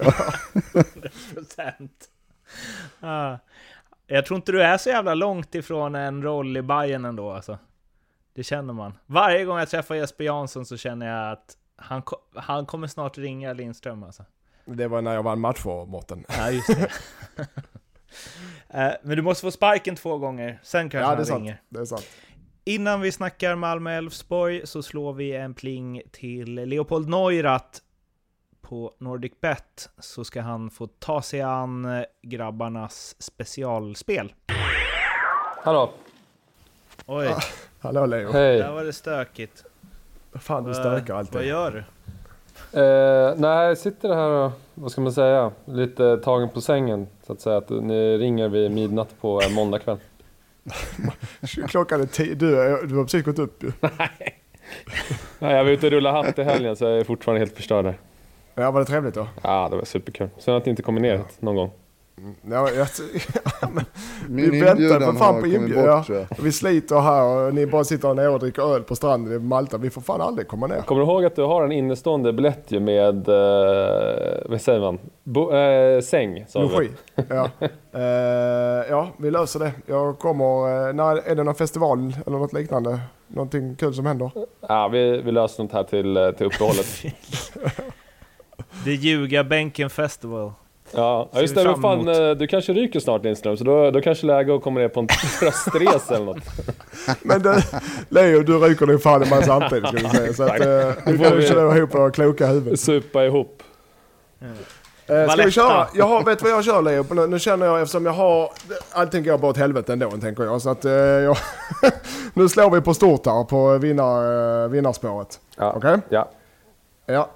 Speaker 3: 100%. Jag tror inte du är så jävla långt ifrån en roll i Bayern ändå, alltså. Det känner man. Varje gång jag träffar Jesper Jansson så känner jag att han kommer snart ringa Lindström, alltså.
Speaker 1: Det var när jag vann matcher, Mårten.
Speaker 3: Ja, just det. Men du måste få sparken 2 gånger. Sen kanske han ringer.
Speaker 1: Det är sant.
Speaker 3: Innan vi snackar Malmö-Elfsborg så slår vi en pling till Leopold Neurath på NordicBet, så ska han få ta sig an grabbarnas specialspel.
Speaker 4: Hallå.
Speaker 3: Oj.
Speaker 1: Hallå Leo.
Speaker 4: Hej.
Speaker 3: Där var det stökigt.
Speaker 1: Fan, du stökar alltid.
Speaker 3: Vad gör du?
Speaker 4: Nej, jag sitter här och, vad ska man säga, lite tagen på sängen, så att säga, att ni ringer vid midnatt på en måndagkväll.
Speaker 1: Klockan är 10, du har precis gått upp ju.
Speaker 4: Nej, jag var ute och rulla hatt i helgen så jag är fortfarande helt förstörd där.
Speaker 1: Ja, var det trevligt då?
Speaker 4: Ja, det var superkul. Sen att ni inte kommer ner någon gång.
Speaker 1: Ja, vi väntar på fan på inbjudan. Vi sliter här och ni bara sitter nere och dricker öl på stranden i Malta. Vi får fan aldrig komma ner.
Speaker 4: Kommer du ihåg att du har en innestående biljett ju med, vad säger man? Säng, sa
Speaker 1: du. Ja. Ja, vi löser det. Jag kommer, är det någon festival eller något liknande? Någonting kul som händer?
Speaker 4: Ja, vi löser något här till uppehållet.
Speaker 3: Det Ljugarbänken Festival.
Speaker 4: Ja, just det. Fan, du kanske ryker snart, Lindström, så då kanske läge att komma ner på en tröstresa eller något. Men
Speaker 1: Leo, du ryker nog fan i man samtidigt, ska vi säga. Så att nu får vi köra ihop våra kloka huvud.
Speaker 4: Supa ihop.
Speaker 1: Ska vi köra? Vet vad jag kör, Leo? Nu känner jag, eftersom jag har... Allting går bara åt helvete ändå, tänker jag. Så att nu slår vi på stort här på vinnarspåret.
Speaker 4: Ja.
Speaker 1: Okej?
Speaker 4: Okay?
Speaker 1: Ja.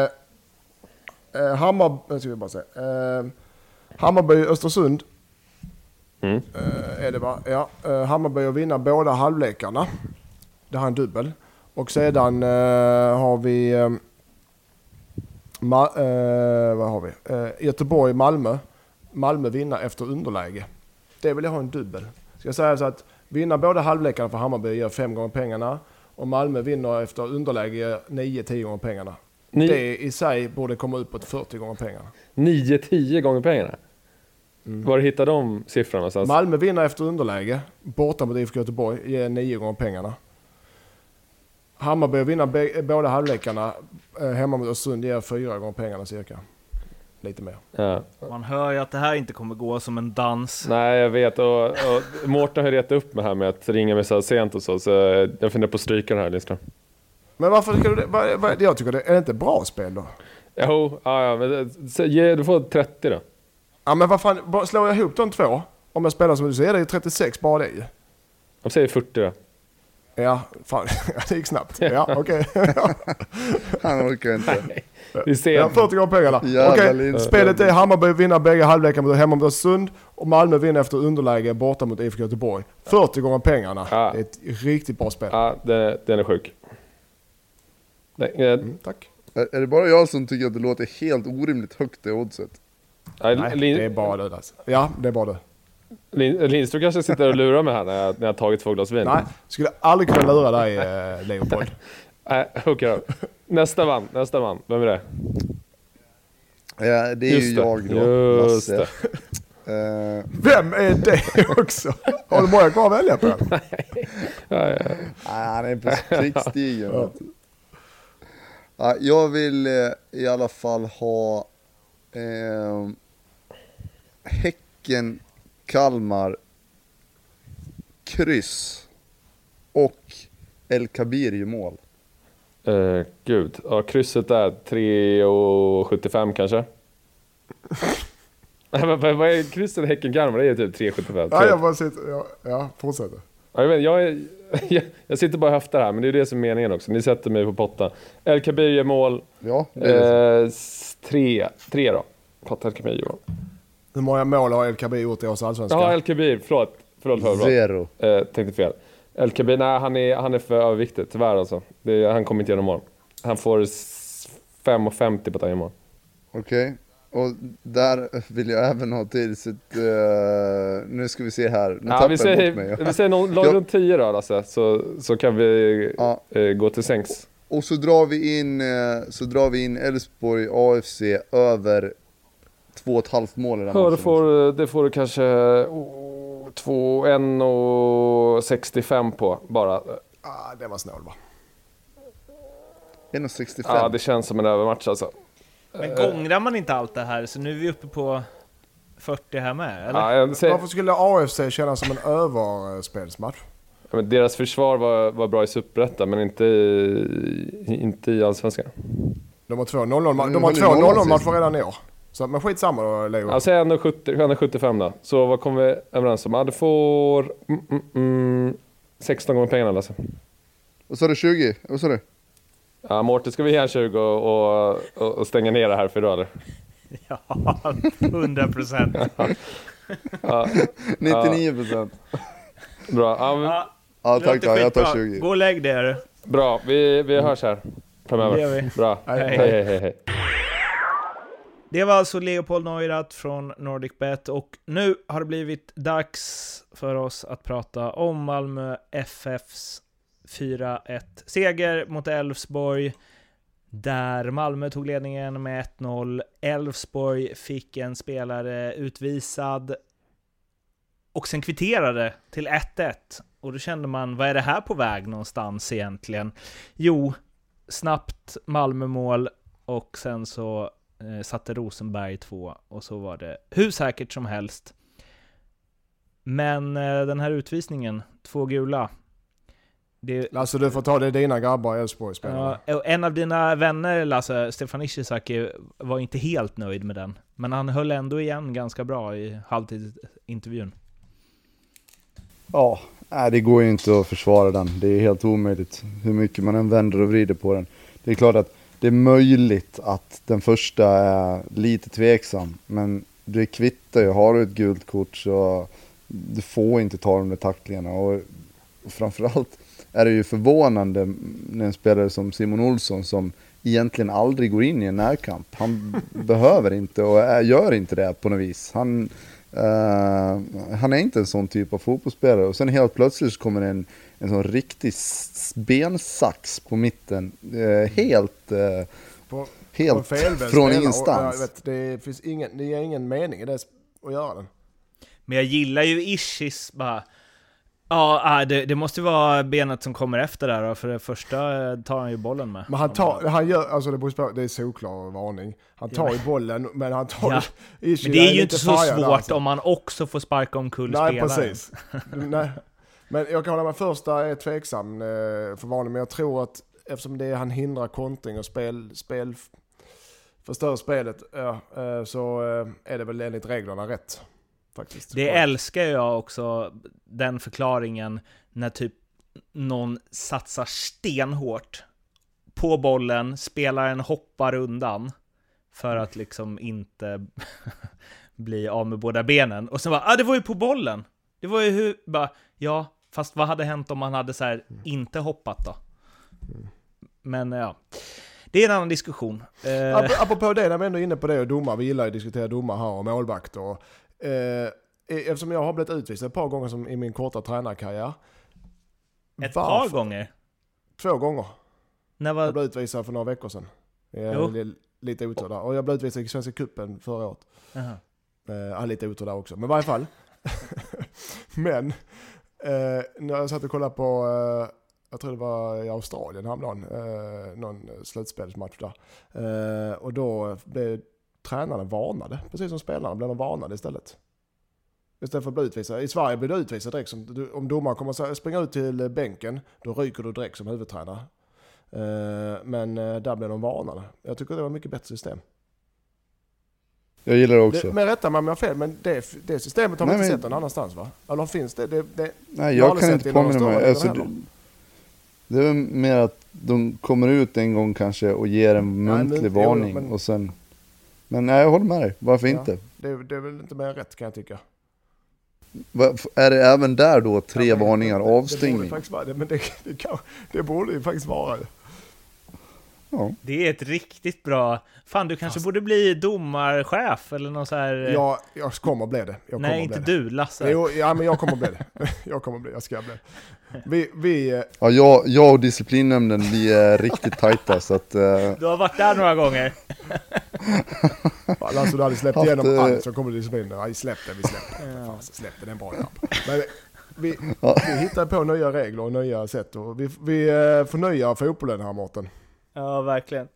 Speaker 1: Hammarby Östersund är det, va? Ja, Hammarby att vinna båda halvlekarna. Det har en dubbel. Och sedan har vi vad har vi? Göteborg Malmö. Malmö vinna efter underläge. Det vill jag ha en dubbel. Ska jag säga så att vinna båda halvlekarna för Hammarby ger 5 gånger pengarna, och Malmö vinner efter underläge 9-10 gånger pengarna. Det i sig borde komma upp på 40 gånger pengarna.
Speaker 4: 9-10 gånger pengarna? Var hittar de siffrorna någonstans?
Speaker 1: Malmö vinner efter underläge. Borta mot IFK Göteborg. Ger 9 gånger pengarna. Hammarby vinner båda halvlekarna. Hemma mot Östersund ger 4 gånger pengarna cirka. Lite mer.
Speaker 4: Ja.
Speaker 3: Man hör ju att det här inte kommer gå som en dans.
Speaker 4: Nej, jag vet. Och Mårten har retat upp mig här med att ringa mig så sent och så jag funderar på att stryka den här listan.
Speaker 1: Men varför tycker du det? Jag tycker det är inte bra spel då.
Speaker 4: Jo, men du får 30 då.
Speaker 1: Ja, men vad fan, slår jag ihop de två? Om jag spelar som du säger, det är 36 bara det ju.
Speaker 4: Jag säger 40 då.
Speaker 1: Ja, fan, det gick snabbt. Ja, okej.
Speaker 2: Han orkar inte.
Speaker 4: Vi ser.
Speaker 1: Ja, 40 gånger pengarna. Okej, spelet är Hammarby vinner bägge halvlekar mot hemma mot Östersund och Malmö vinner efter underläge borta mot IFK Göteborg. 40 gånger pengarna.
Speaker 4: Ja.
Speaker 1: Det är ett riktigt bra spel.
Speaker 4: Ja, den är sjuk.
Speaker 1: Tack.
Speaker 2: Är det bara jag som tycker att det låter helt orimligt högt det oddset?
Speaker 1: Nej, det är bara det alltså. Ja, det är bara det.
Speaker 4: Lindström kanske sitter och lurar mig här när jag har tagit 2 glas vin.
Speaker 1: Nej, skulle aldrig kunna lura dig, Leopold.
Speaker 4: Okej då. Nästa man. Vem är det?
Speaker 2: Ja, det är ju jag då.
Speaker 4: Just det.
Speaker 1: Vem är det också? Har du många kvar att välja på?
Speaker 2: Nej, han är på krigsstigen. Ja, jag vill i alla fall ha Häcken, Kalmar, kryss och El Kabir i mål.
Speaker 4: Gud. Ja, krysset är 3,75 kanske. Vad är krysset Häcken Kalmar? Det är typ 3,75.
Speaker 1: Ja, jag bara sitter. Ja, fortsätter.
Speaker 4: Jag sitter bara och höftar här, men det är det som är meningen också. Ni sätter mig på potta. El Kabir gör mål.
Speaker 2: Ja,
Speaker 4: 3 då. Potta El Kabir gör mål.
Speaker 1: Hur många mål har El Kabir gjort i oss allsvenska?
Speaker 4: Ja, El Kabir, förlåt.
Speaker 2: 0.
Speaker 4: Tänkte fel. El Kabir, nej, han är för överviktig, tyvärr alltså. Han kommer inte göra mål. Han får 5,50 på att han gör mål.
Speaker 2: Okej. Och där vill jag även ha till sitt... nu ska vi se här. Nu
Speaker 4: vi säger någon runt 10 då, alltså, så kan vi gå till sängs.
Speaker 2: Och så drar vi in Elfsborg AFC över 2,5 mål i den
Speaker 4: matchen. Det får du kanske 1,65 på bara.
Speaker 1: Det var snål va?
Speaker 2: 1,65.
Speaker 4: Ja, det känns som en övermatch alltså.
Speaker 3: Men gångrar man inte allt det här, så nu är vi uppe på 40 här med, eller?
Speaker 4: Ja,
Speaker 1: varför skulle AFC kännas som en överspelsmatch?
Speaker 4: Ja, men deras försvar var bra i Superettan, men inte i Allsvenskan.
Speaker 1: De har 2-0 matcher redan i år. Så men skitsamma då, Leo.
Speaker 4: Alltså 1,75 då. Så vad kommer vi överens om? Ja, du får 16 gånger pengarna alltså.
Speaker 2: Och så är det 20, vad sa du?
Speaker 4: Ja, Mårten, ska vi ge en 20 och stänga ner det här för idag eller?
Speaker 3: Ja, 100%.
Speaker 4: Ja.
Speaker 2: 99%.
Speaker 4: Bra.
Speaker 2: Ja, tack då, jag tar 20.
Speaker 3: Gå och lägg det.
Speaker 4: Bra, vi hörs här framöver.
Speaker 3: Det gör vi.
Speaker 4: Bra, hej.
Speaker 3: Det var alltså Leopold Neurath från NordicBet och nu har det blivit dags för oss att prata om Malmö FFs 4-1 seger mot Elfsborg, där Malmö tog ledningen med 1-0. Elfsborg fick en spelare utvisad och sen kvitterade till 1-1. Och då kände man, vad är det här på väg någonstans egentligen? Jo, snabbt Malmö-mål och sen så satte Rosenberg 2 och så var det hur säkert som helst. Men den här utvisningen, 2 gula.
Speaker 1: Lasse, du får ta det dina grabbar i Elfsborg-spelare.
Speaker 3: Ja, en av dina vänner, Lasse, Stefan Ishizaki, var inte helt nöjd med den. Men han höll ändå igen ganska bra i halvtidsintervjun.
Speaker 2: Ja, det går ju inte att försvara den. Det är helt omöjligt hur mycket man än vänder och vrider på den. Det är klart att det är möjligt att den första är lite tveksam. Men det kvittar ju. Har du ett gult kort så du får inte ta de där tacklingarna. Och framförallt är det ju förvånande när en spelare som Simon Olsson som egentligen aldrig går in i en närkamp. Han behöver inte och gör inte det på något vis. Han är inte en sån typ av fotbollsspelare. Och sen helt plötsligt så kommer en sån riktig bensax på mitten. Helt
Speaker 1: på
Speaker 2: från ingenstans.
Speaker 1: Det finns det är ingen mening i det att göra den.
Speaker 3: Men jag gillar ju Ishis bara... Ja, det måste vara benet som kommer efter där då, för det första tar han ju bollen med.
Speaker 1: Men det är såklar varning. Han tar ju bollen, men han tar
Speaker 3: men det är ju inte så svårt om man också får sparka omkull spelaren.
Speaker 1: Nej, precis. Nej. Men jag kan hålla med, första är tveksam för varning, men jag tror att eftersom han hindrar kontring och spel förstör spelet, så är det väl enligt reglerna rätt. Faktiskt.
Speaker 3: Det älskar jag också, den förklaringen, när typ någon satsar stenhårt på bollen, spelaren hoppar undan för att liksom inte bli av med båda benen, och sen bara, det var ju på bollen, det var ju ja, fast vad hade hänt om man hade så här inte hoppat då? Men ja, det är en annan diskussion.
Speaker 1: Apropå det, när vi ändå är inne på det och domar, vi gillar ju att diskutera domar här och målvakt, och eftersom jag har blivit utvisad ett par gånger som i min korta tränarkarriär.
Speaker 3: Par gånger?
Speaker 1: 2 gånger.
Speaker 3: Jag
Speaker 1: blev utvisad för några veckor sedan. Lite otur där. Och jag blev utvisad i Svenska cupen förra året. Lite otur där också. Men i varje fall. Men när jag satt och kollade på jag tror det var i Australien någon slutspelsmatch där. Och då blev tränarna varnade, precis som spelarna blev de varnade istället. Istället för att bli utvisad. I Sverige blir du utvisad direkt. Om domaren kommer att springa ut till bänken, då ryker du direkt som huvudtränare. Men där blev de varnade. Jag tycker det var ett mycket bättre system.
Speaker 2: Jag gillar det också.
Speaker 1: Men rätta mig om jag har fel, men det systemet har man inte sett någon annanstans, va? Eller finns det?
Speaker 2: Nej, jag kan inte påminna mig. Det är mer att de kommer ut en gång kanske och ger en muntlig varning. Och sen... Men nej, jag håller med dig. Varför inte?
Speaker 1: Det är väl inte mer rätt, kan jag tycka.
Speaker 2: Är det även där då 3 varningar avstängning?
Speaker 1: Det borde ju faktiskt vara.
Speaker 2: Ja.
Speaker 3: Det är ett riktigt bra... Fan, du kanske borde bli domarchef eller någon så här...
Speaker 1: Ja, jag kommer bli det.
Speaker 3: Nej, inte du, Lasse.
Speaker 1: Jo, men jag kommer bli det. Jag ska bli.
Speaker 2: Ja, jag och disciplinnämnden, vi är riktigt tajta, så att...
Speaker 3: Du har varit där några gånger.
Speaker 1: Alltså, du hade släppt igenom allt så kommer disciplinen. Ja, vi släppte. Fan, så släppte den bra grabb. Men vi hittar på nya regler och nya sätt. Och vi förnyar fotbollen här, Mårten.
Speaker 3: Ja, verkligen.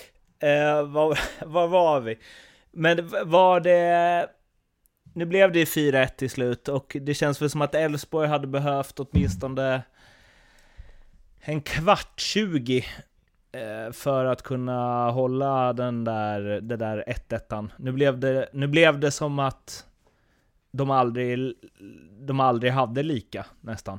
Speaker 3: Var var vi? Men var det... Nu blev det 4-1 till slut, och det känns väl som att Elfsborg hade behövt åtminstone en kvart 20 för att kunna hålla det där 1-1. Nu blev det som att de aldrig hade lika, nästan.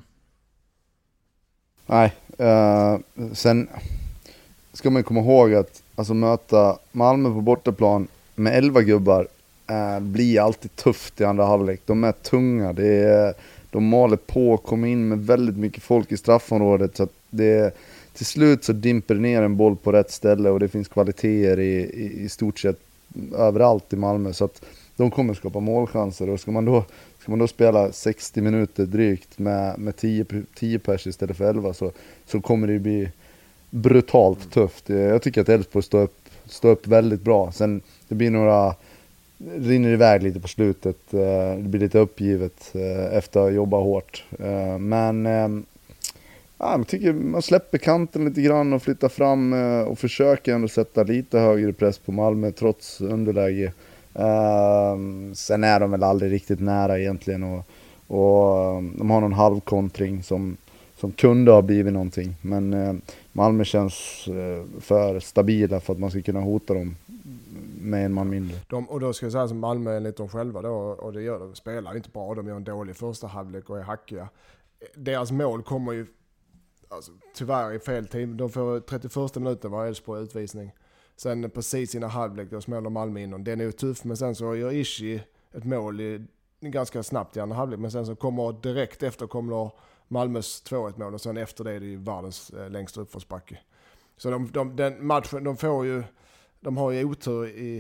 Speaker 2: Nej, sen ska man komma ihåg att alltså, möta Malmö på bortaplan med 11 gubbar blir alltid tufft i andra halvlek. De är tunga, de maler på, kommer in med väldigt mycket folk i straffområdet, så att till slut så dimper ner en boll på rätt ställe, och det finns kvaliteter i stort sett överallt i Malmö, så att de kommer skapa målchanser. Och ska man då spela 60 minuter drygt med 10 pers istället för 11, så kommer det bli brutalt tufft. Jag tycker att Elfsborg står upp väldigt bra. Sen det blir rinner iväg lite på slutet. Det blir lite uppgivet efter att jobba hårt. Men jag tycker man släpper kanten lite grann och flyttar fram och försöker ändå sätta lite högre press på Malmö trots underläge. Sen är de väl aldrig riktigt nära egentligen, och de har någon halvkontring som kunde ha blivit någonting, men Malmö känns för stabila för att man ska kunna hota dem med en man mindre.
Speaker 1: Och då ska jag säga som Malmö enligt dem själva då, och det gör de, spelar inte bra, de gör en dålig första halvlek och är hackiga. Deras mål kommer ju tyvärr i fel team. De får 31 minuten var Elfsborg utvisning. Sen precis innan halvlek då smäller Malmö in, och den är ju tuff, men sen så gör Ishi ett mål ganska snabbt i andra halvlek, men sen så kommer direkt efter Malmös 2-1 mål, och sen efter det är det ju världens längsta uppförsbacke. Så den matchen, de har ju otur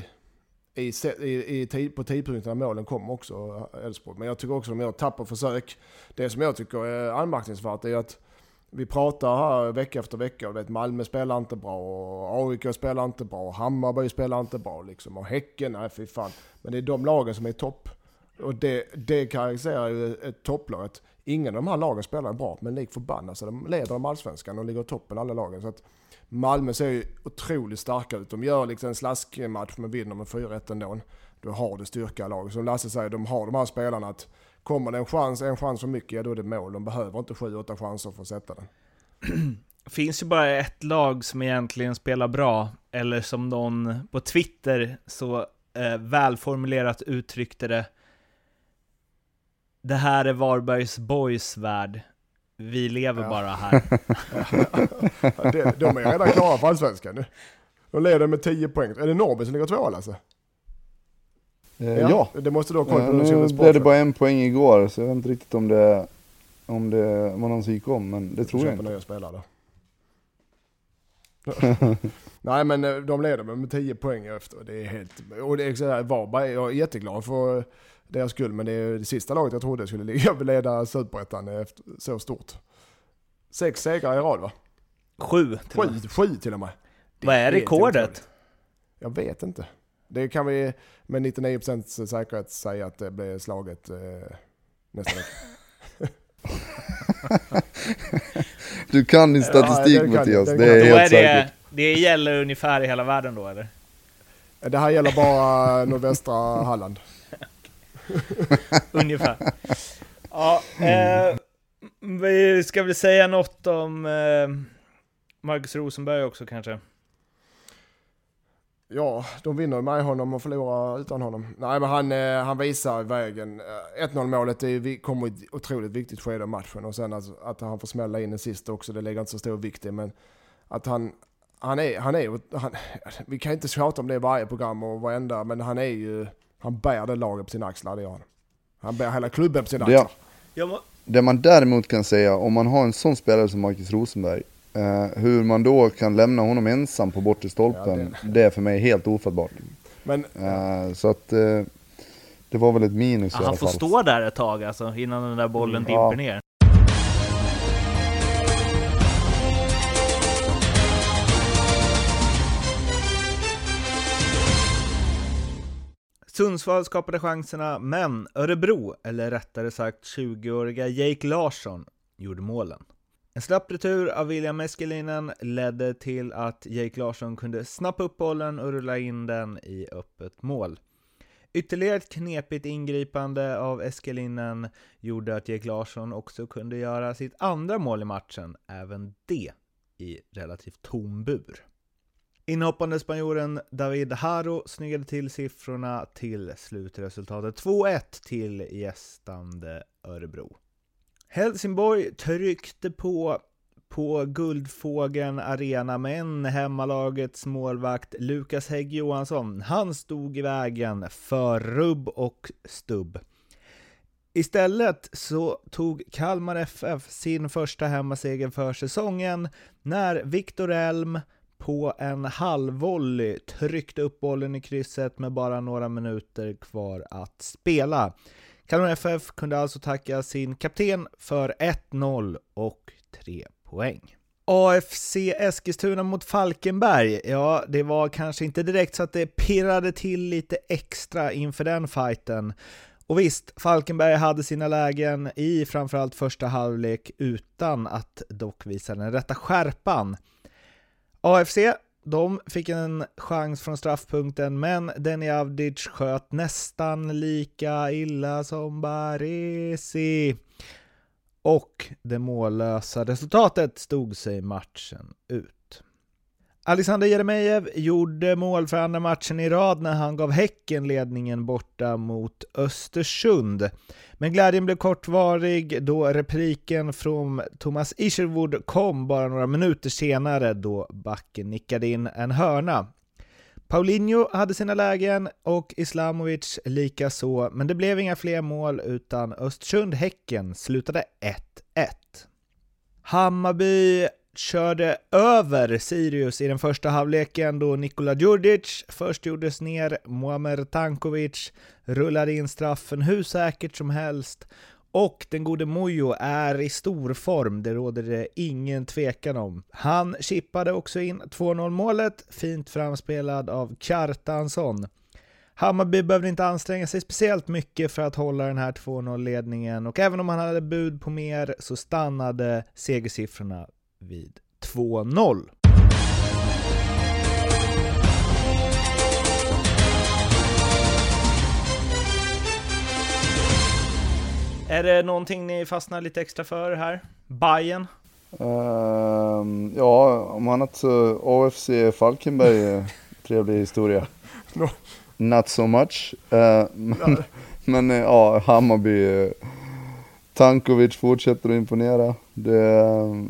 Speaker 1: på tidpunkten när målen kommer också, Elfsborg. Men jag tycker också att de gör tappar försök. Det som jag tycker är anmärkningsvärt är att vi pratar här vecka efter vecka, och Malmö spelar inte bra, och AIK spelar inte bra, och Hammarby spelar inte bra liksom, och Häcken, nej fy fan. Men det är de lagen som är topp. Och det karaktäriserar ju ett topplag. Ingen av de här lagen spelar bra, men lik förbannat så de leder de allsvenskan och ligger toppen alla lagen. Så att Malmö ser ju otroligt starka ut. De gör liksom en slaskmatch men vinner med 4-1 ändå. Då har det styrka lag. Som Lasse säger, de har de här spelarna att kommer det en chans för mycket, ja, då är det mål. De behöver inte 7-8 chanser för att sätta den.
Speaker 3: Finns ju bara ett lag som egentligen spelar bra, eller som någon på Twitter så välformulerat uttryckte det: det här är Varbergs Boys värld. Vi lever bara här.
Speaker 1: De är redan klara för allsvenskan nu. De leder med 10 poäng. Är det Norrby som ligger 2 alltså?
Speaker 2: Ja.
Speaker 1: Det måste då kolla på
Speaker 2: nu blev det bara 1 poäng igår, så jag vet inte riktigt om det var någon som gick om, men det tror jag inte.
Speaker 1: Nya spelare då. Nej, men de leder med 10 poäng efter. Det är helt... Och det är så här, Varberg, jag är jätteglad för deras skull, men det är det sista laget jag trodde skulle leda Superettan efter så stort. 6 segrar i rad, va?
Speaker 3: 7
Speaker 1: till och med.
Speaker 3: Vad är rekordet?
Speaker 1: Jag vet inte. Det kan vi med 99% säkerhet säga att det blir slaget nästa vecka.
Speaker 2: Du kan din statistik, Mattias. Det är helt säkert.
Speaker 3: Det gäller ungefär i hela världen då, eller?
Speaker 1: Det här gäller bara nordvästra Halland.
Speaker 3: Ungefär. Ja, vi ska väl säga något om Marcus Rosenberg också kanske.
Speaker 1: Ja, de vinner med honom och förlorar utan honom. Nej, men han visar vägen. 1-0 målet kommer i ett otroligt viktigt skede av matchen. Och sen att han får smälla in den sista också, det lägger inte så stor vikt i. Men att han vi kan inte tjata om det i varje program och varenda, men han bär det laget på sina axlar, det gör han. Han bär hela klubben på sina axlar.
Speaker 2: Det man däremot kan säga, om man har en sån spelare som Marcus Rosenberg, hur man då kan lämna honom ensam på bortre stolpen, det är för mig helt ofattbart. Men, så att det var väl ett minus i alla fall.
Speaker 3: Han får stå där ett tag alltså, innan den där bollen dimper ner. Sundsvall skapade chanserna, men Örebro, eller rättare sagt 20-åriga Jake Larsson, gjorde målen. En slapp retur av William Eskelinen ledde till att Jake Larsson kunde snappa upp bollen och rulla in den i öppet mål. Ytterligare ett knepigt ingripande av Eskelinen gjorde att Jake Larsson också kunde göra sitt andra mål i matchen, även det i relativt tom bur. Inhoppande spanjoren David Haro snyggade till siffrorna till slutresultatet 2-1 till gästande Örebro. Helsingborg tryckte på Guldfågeln Arena, men hemmalagets målvakt Lukas Hägg Johansson, han stod i vägen för rubb och stubb. Istället så tog Kalmar FF sin första hemmaseger för säsongen när Viktor Elm på en halvvolley tryckte upp bollen i krysset med bara några minuter kvar att spela. Kalmar FF kunde alltså tacka sin kapten för 1-0 och 3 poäng. AFC Eskilstuna mot Falkenberg, ja, det var kanske inte direkt så att det pirrade till lite extra inför den fighten. Och visst, Falkenberg hade sina lägen i framförallt första halvlek utan att dock visa den rätta skärpan. AFC, de fick en chans från straffpunkten, men Denny Avdic sköt nästan lika illa som Baresi. Och det mållösa resultatet stod sig matchen ut. Alexander Jeremejeff gjorde mål för andra matchen i rad när han gav Häcken ledningen borta mot Östersund. Men glädjen blev kortvarig då repliken från Thomas Isherwood kom bara några minuter senare då backen nickade in en hörna. Paulinho hade sina lägen och Islamovic lika så, men det blev inga fler mål utan Östersund-Häcken slutade 1-1. Hammarby körde över Sirius i den första halvleken då Nikola Djurdjic först gjordes ner, Muamer Tankovic rullade in straffen hur säkert som helst och den gode Mojo är i stor form, det råder det ingen tvekan om. Han chippade också in 2-0 målet, fint framspelad av Kjartansson. Hammarby behövde inte anstränga sig speciellt mycket för att hålla den här 2-0-ledningen, och även om man hade bud på mer så stannade segersiffrorna vid 2-0. Är det någonting ni fastnar lite extra för här? Bayern?
Speaker 2: Ja, om annat så AFC Falkenberg trevlig historia.
Speaker 1: No.
Speaker 2: Not so much. Men ja, Hammarby, Tankovic fortsätter att imponera. Det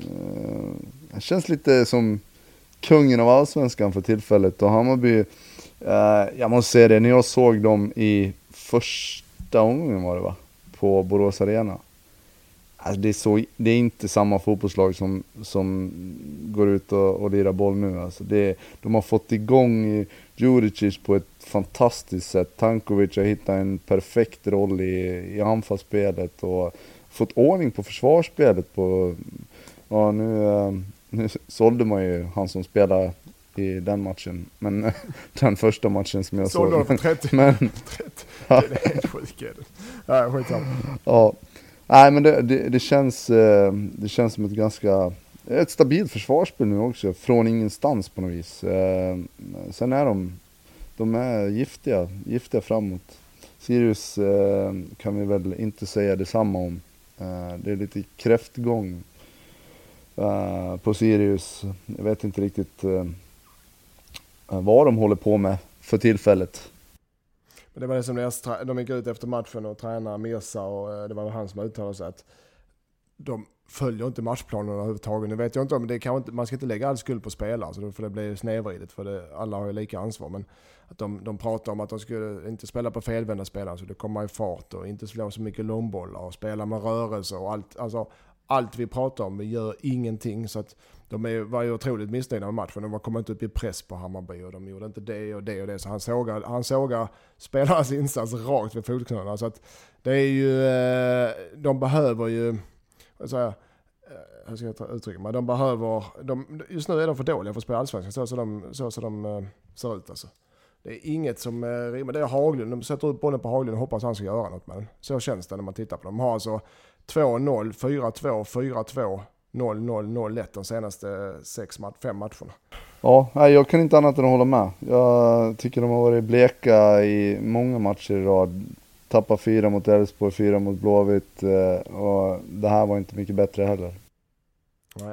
Speaker 2: känns lite som kungen av allsvenskan för tillfället. Och Hammarby, jag måste säga det, när jag såg dem i första omgången var det va? På Borås Arena. Alltså det är inte samma fotbollslag som går ut och lirar boll nu. Alltså de har fått igång Djuricic på ett fantastiskt sätt. Tankovic har hittat en perfekt roll i anfallsspelet och fått ordning på försvarsspelet. Ja, nu sålde man ju han som spelar i den matchen. Men den första matchen som jag såg.
Speaker 1: Sålde för 30.
Speaker 2: Men,
Speaker 1: 30. Det är helt sjukt. Ja, skitsamma.
Speaker 2: Ja. Nej, men det känns som ett stabilt försvarsspel nu också, från ingenstans på något vis. Sen är de är giftiga framåt. Sirius kan vi väl inte säga detsamma om. Det är lite kräftgång på Sirius. Jag vet inte riktigt vad de håller på med för tillfället.
Speaker 1: Det var det som de gick ut efter matchen och tränade Mirza, och det var han som uttalade sig att de följer inte matchplanen överhuvudtaget. Nu vet jag inte om det kan inte, man ska inte lägga all skuld på spelare, så för det blir snedvridet, för alla har ju lika ansvar, men att de pratar om att de skulle inte spela på felvända spelare så det kommer i fart och inte slå så mycket långbollar och spela med rörelse och allt, alltså allt vi pratar om, vi gör ingenting, så att var ju otroligt missnöjda med matchen. De kom inte upp i press på Hammarby och de gjorde inte det och det och det. Så han sågar spelarnas insats rakt vid fotknölarna. Så att det är ju, de behöver ju, hur ska jag uttrycka mig? Just nu är de för dåliga för att spela allsvenskan så de ser ut alltså. Det är inget som rimmar. Det är Haglund, de sätter ut bollen på Haglund och hoppas han ska göra något med den. Så känns det när man tittar på dem. De har alltså 2-0, 4-2, 4-2, 0-0, 0-1 de senaste 5 matcherna.
Speaker 2: Ja, jag kan inte annat än att hålla med. Jag tycker de har varit bleka i många matcher i rad. Tappa 4 mot Elfsborg, 4 mot Blåvitt, och det här var inte mycket bättre heller.
Speaker 1: Nej.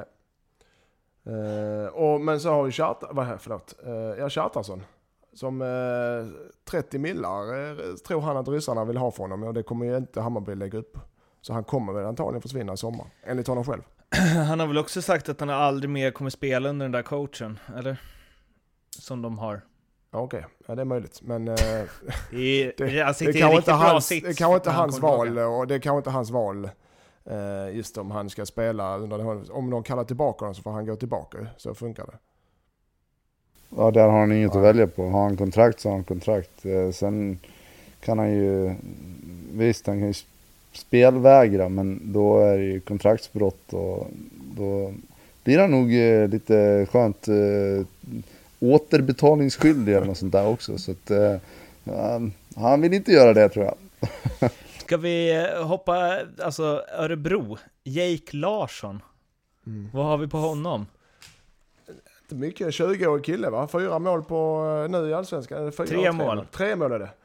Speaker 1: Men så har vi Kjartarsson som 30 millar tror han att ryssarna vill ha för honom, och det kommer ju inte Hammarby lägga upp. Så han kommer väl antagligen försvinna i sommar, enligt honom själv.
Speaker 3: Han har väl också sagt att han aldrig mer kommer spela under den där coachen, eller? Som de har.
Speaker 1: Ja, okej. Ja, det är möjligt. Men det
Speaker 3: kanske
Speaker 1: inte hans val, och det kanske inte hans val just om han ska spela om de kallar tillbaka honom så får han gå tillbaka. Så funkar det.
Speaker 2: Ja, där har han inget att välja på. Har han kontrakt så har han kontrakt. Sen kan han ju, visst han kan ju spelvägra, men då är det ju kontraktsbrott och då blir han nog lite skönt återbetalningsskyldig eller något sånt där också. Så att han vill inte göra det, tror jag.
Speaker 3: Ska vi hoppa, alltså Örebro, Jake Larsson. Vad har vi på honom?
Speaker 1: Inte mycket, 20-årig kille va? 4 mål på nu i Allsvenskan.
Speaker 3: 3 mål.
Speaker 1: 3 mål är det.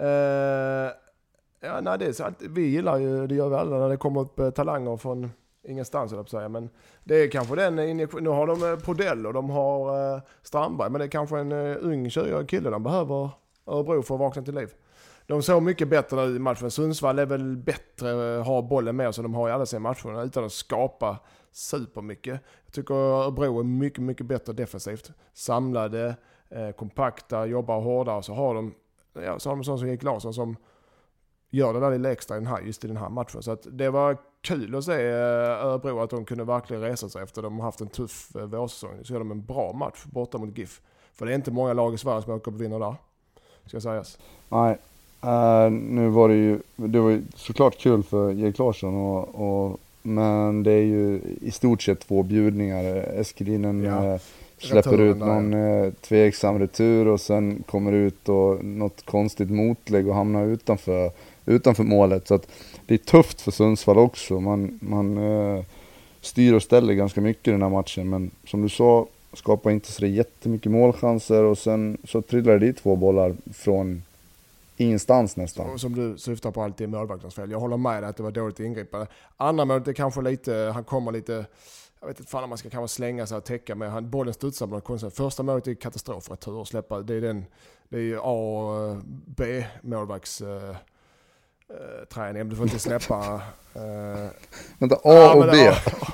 Speaker 1: Ja, nej, det är så, vi gillar ju, det gör vi alla när det kommer upp talanger från ingenstans, eller på säga. Men det är kanske den injektion. Nu har de Podell och de har Strandberg, men det är kanske en ung 20-årig kille de behöver Örebro för att vakna till liv. De såg mycket bättre nu i matchen. Sundsvall är väl bättre, har bollen med så de har i alla sina matcher utan att skapa supermycket. Jag tycker Örebro är mycket, mycket bättre defensivt. Samlade, kompakta, jobbar hårdare, så har de sån som Erik Larsson som gör det där lite extra just i den här matchen. Så att det var kul att se Örebro att de kunde verkligen resa sig efter de har haft en tuff vårsäsong. Så gör de en bra match borta mot GIF. För det är inte många lag i Sverige som åker på vinner där, ska sägas.
Speaker 2: Nej, nu var det var ju såklart kul för Erik Larsson men det är ju i stort sett 2 bjudningar. Eskelinen släpper ut någon tveksam retur och sen kommer ut och något konstigt motlägg och hamnar utanför målet. Så att det är tufft för Sundsvall också. Man styr och ställer ganska mycket i den här matchen, men som du sa, skapar inte så jättemycket målchanser och sen så trillar det 2 bollar från ingenstans nästan.
Speaker 1: Som du syftar på alltid i målvaktens fel. Jag håller med dig att det var dåligt ingripande. Andra målet är kanske lite, han kommer lite, jag vet inte fan om man ska kanske slänga sig och täcka med, bollen studsar på något konstigt. Första målet är katastrofretur och släppa, det är ju A och B målvakts träning. Du får inte släppa
Speaker 2: vänta, A och B.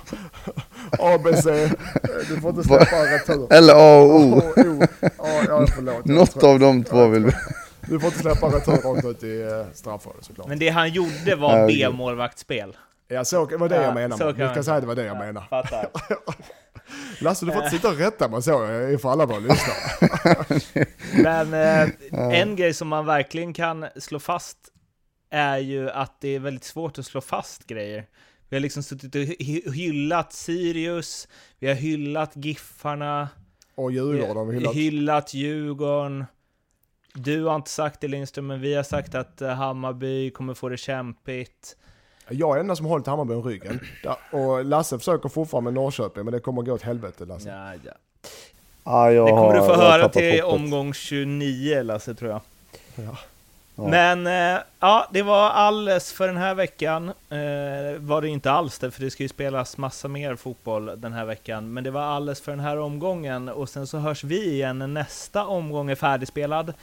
Speaker 1: A, B, C. Du får inte släppa retur.
Speaker 2: Eller A och O.
Speaker 1: Ja, förlåt.
Speaker 2: Något av de två vill vi.
Speaker 1: Du får inte släppa retur rakt ut i straffområdet såklart.
Speaker 3: Men det han gjorde var B-målvaktsspel.
Speaker 1: Ja, så var det jag menar. Vi ska säga att det var det jag menar.
Speaker 3: Fattar.
Speaker 1: Lasse, du får inte sitta och rätta mig så för alla våra lyssnare.
Speaker 3: Men en grej som man verkligen kan slå fast är ju att det är väldigt svårt att slå fast grejer. Vi har liksom suttit och hyllat Sirius, vi har hyllat Giffarna
Speaker 1: och Djurgården
Speaker 3: vi har hyllat Djurgården. Du har inte sagt det, Lindström, men vi har sagt att Hammarby kommer få det kämpigt.
Speaker 1: Jag är enda som hållit Hammarby om ryggen. Och Lasse försöker fortfarande med Norrköping, men det kommer gå åt helvete, Lasse.
Speaker 3: Ja.
Speaker 2: Det
Speaker 3: kommer du få höra till omgång 29, Lasse, tror jag.
Speaker 1: Ja.
Speaker 3: Men det var alldeles för den här veckan. Var det inte alls det, för det ska ju spelas massa mer fotboll den här veckan. Men det var alldeles för den här omgången. Och sen så hörs vi igen när nästa omgång är färdigspelad.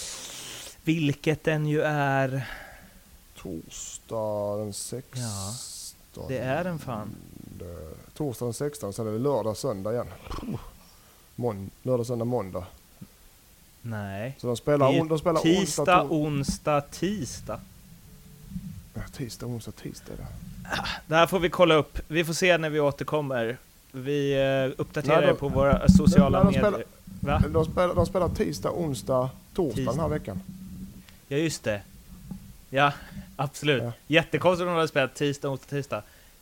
Speaker 3: Vilket den ju är...
Speaker 1: Torsdag den 16.
Speaker 3: Ja, det är den fan.
Speaker 1: Torsdag den 16, sen är det lördag, söndag igen. Lördag, söndag, måndag.
Speaker 3: Nej.
Speaker 1: Så de spelar
Speaker 3: tisdag, onsdag, tisdag.
Speaker 1: Ja, tisdag, onsdag, tisdag.
Speaker 3: Det här får vi kolla upp. Vi får se när vi återkommer. Vi uppdaterar på våra sociala medier.
Speaker 1: De spelar tisdag, onsdag, torsdag den här veckan.
Speaker 3: Ja, just det. Ja, absolut. Ja. Jättekonstigt om de hade spelat tisdag, onsdag, tisdag.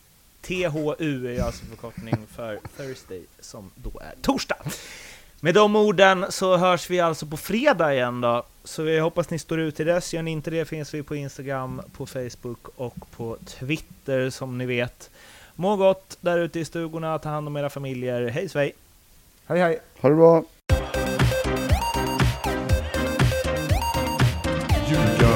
Speaker 3: THU är alltså förkortning för Thursday, som då är torsdag. Med de orden så hörs vi alltså på fredag igen då. Så vi hoppas ni står ut till dess. Gör ni inte det finns vi på Instagram, på Facebook och på Twitter som ni vet. Må gott där ute i stugorna. Ta hand om era familjer. Hej svej!
Speaker 1: Hej hej!
Speaker 2: Ha det bra!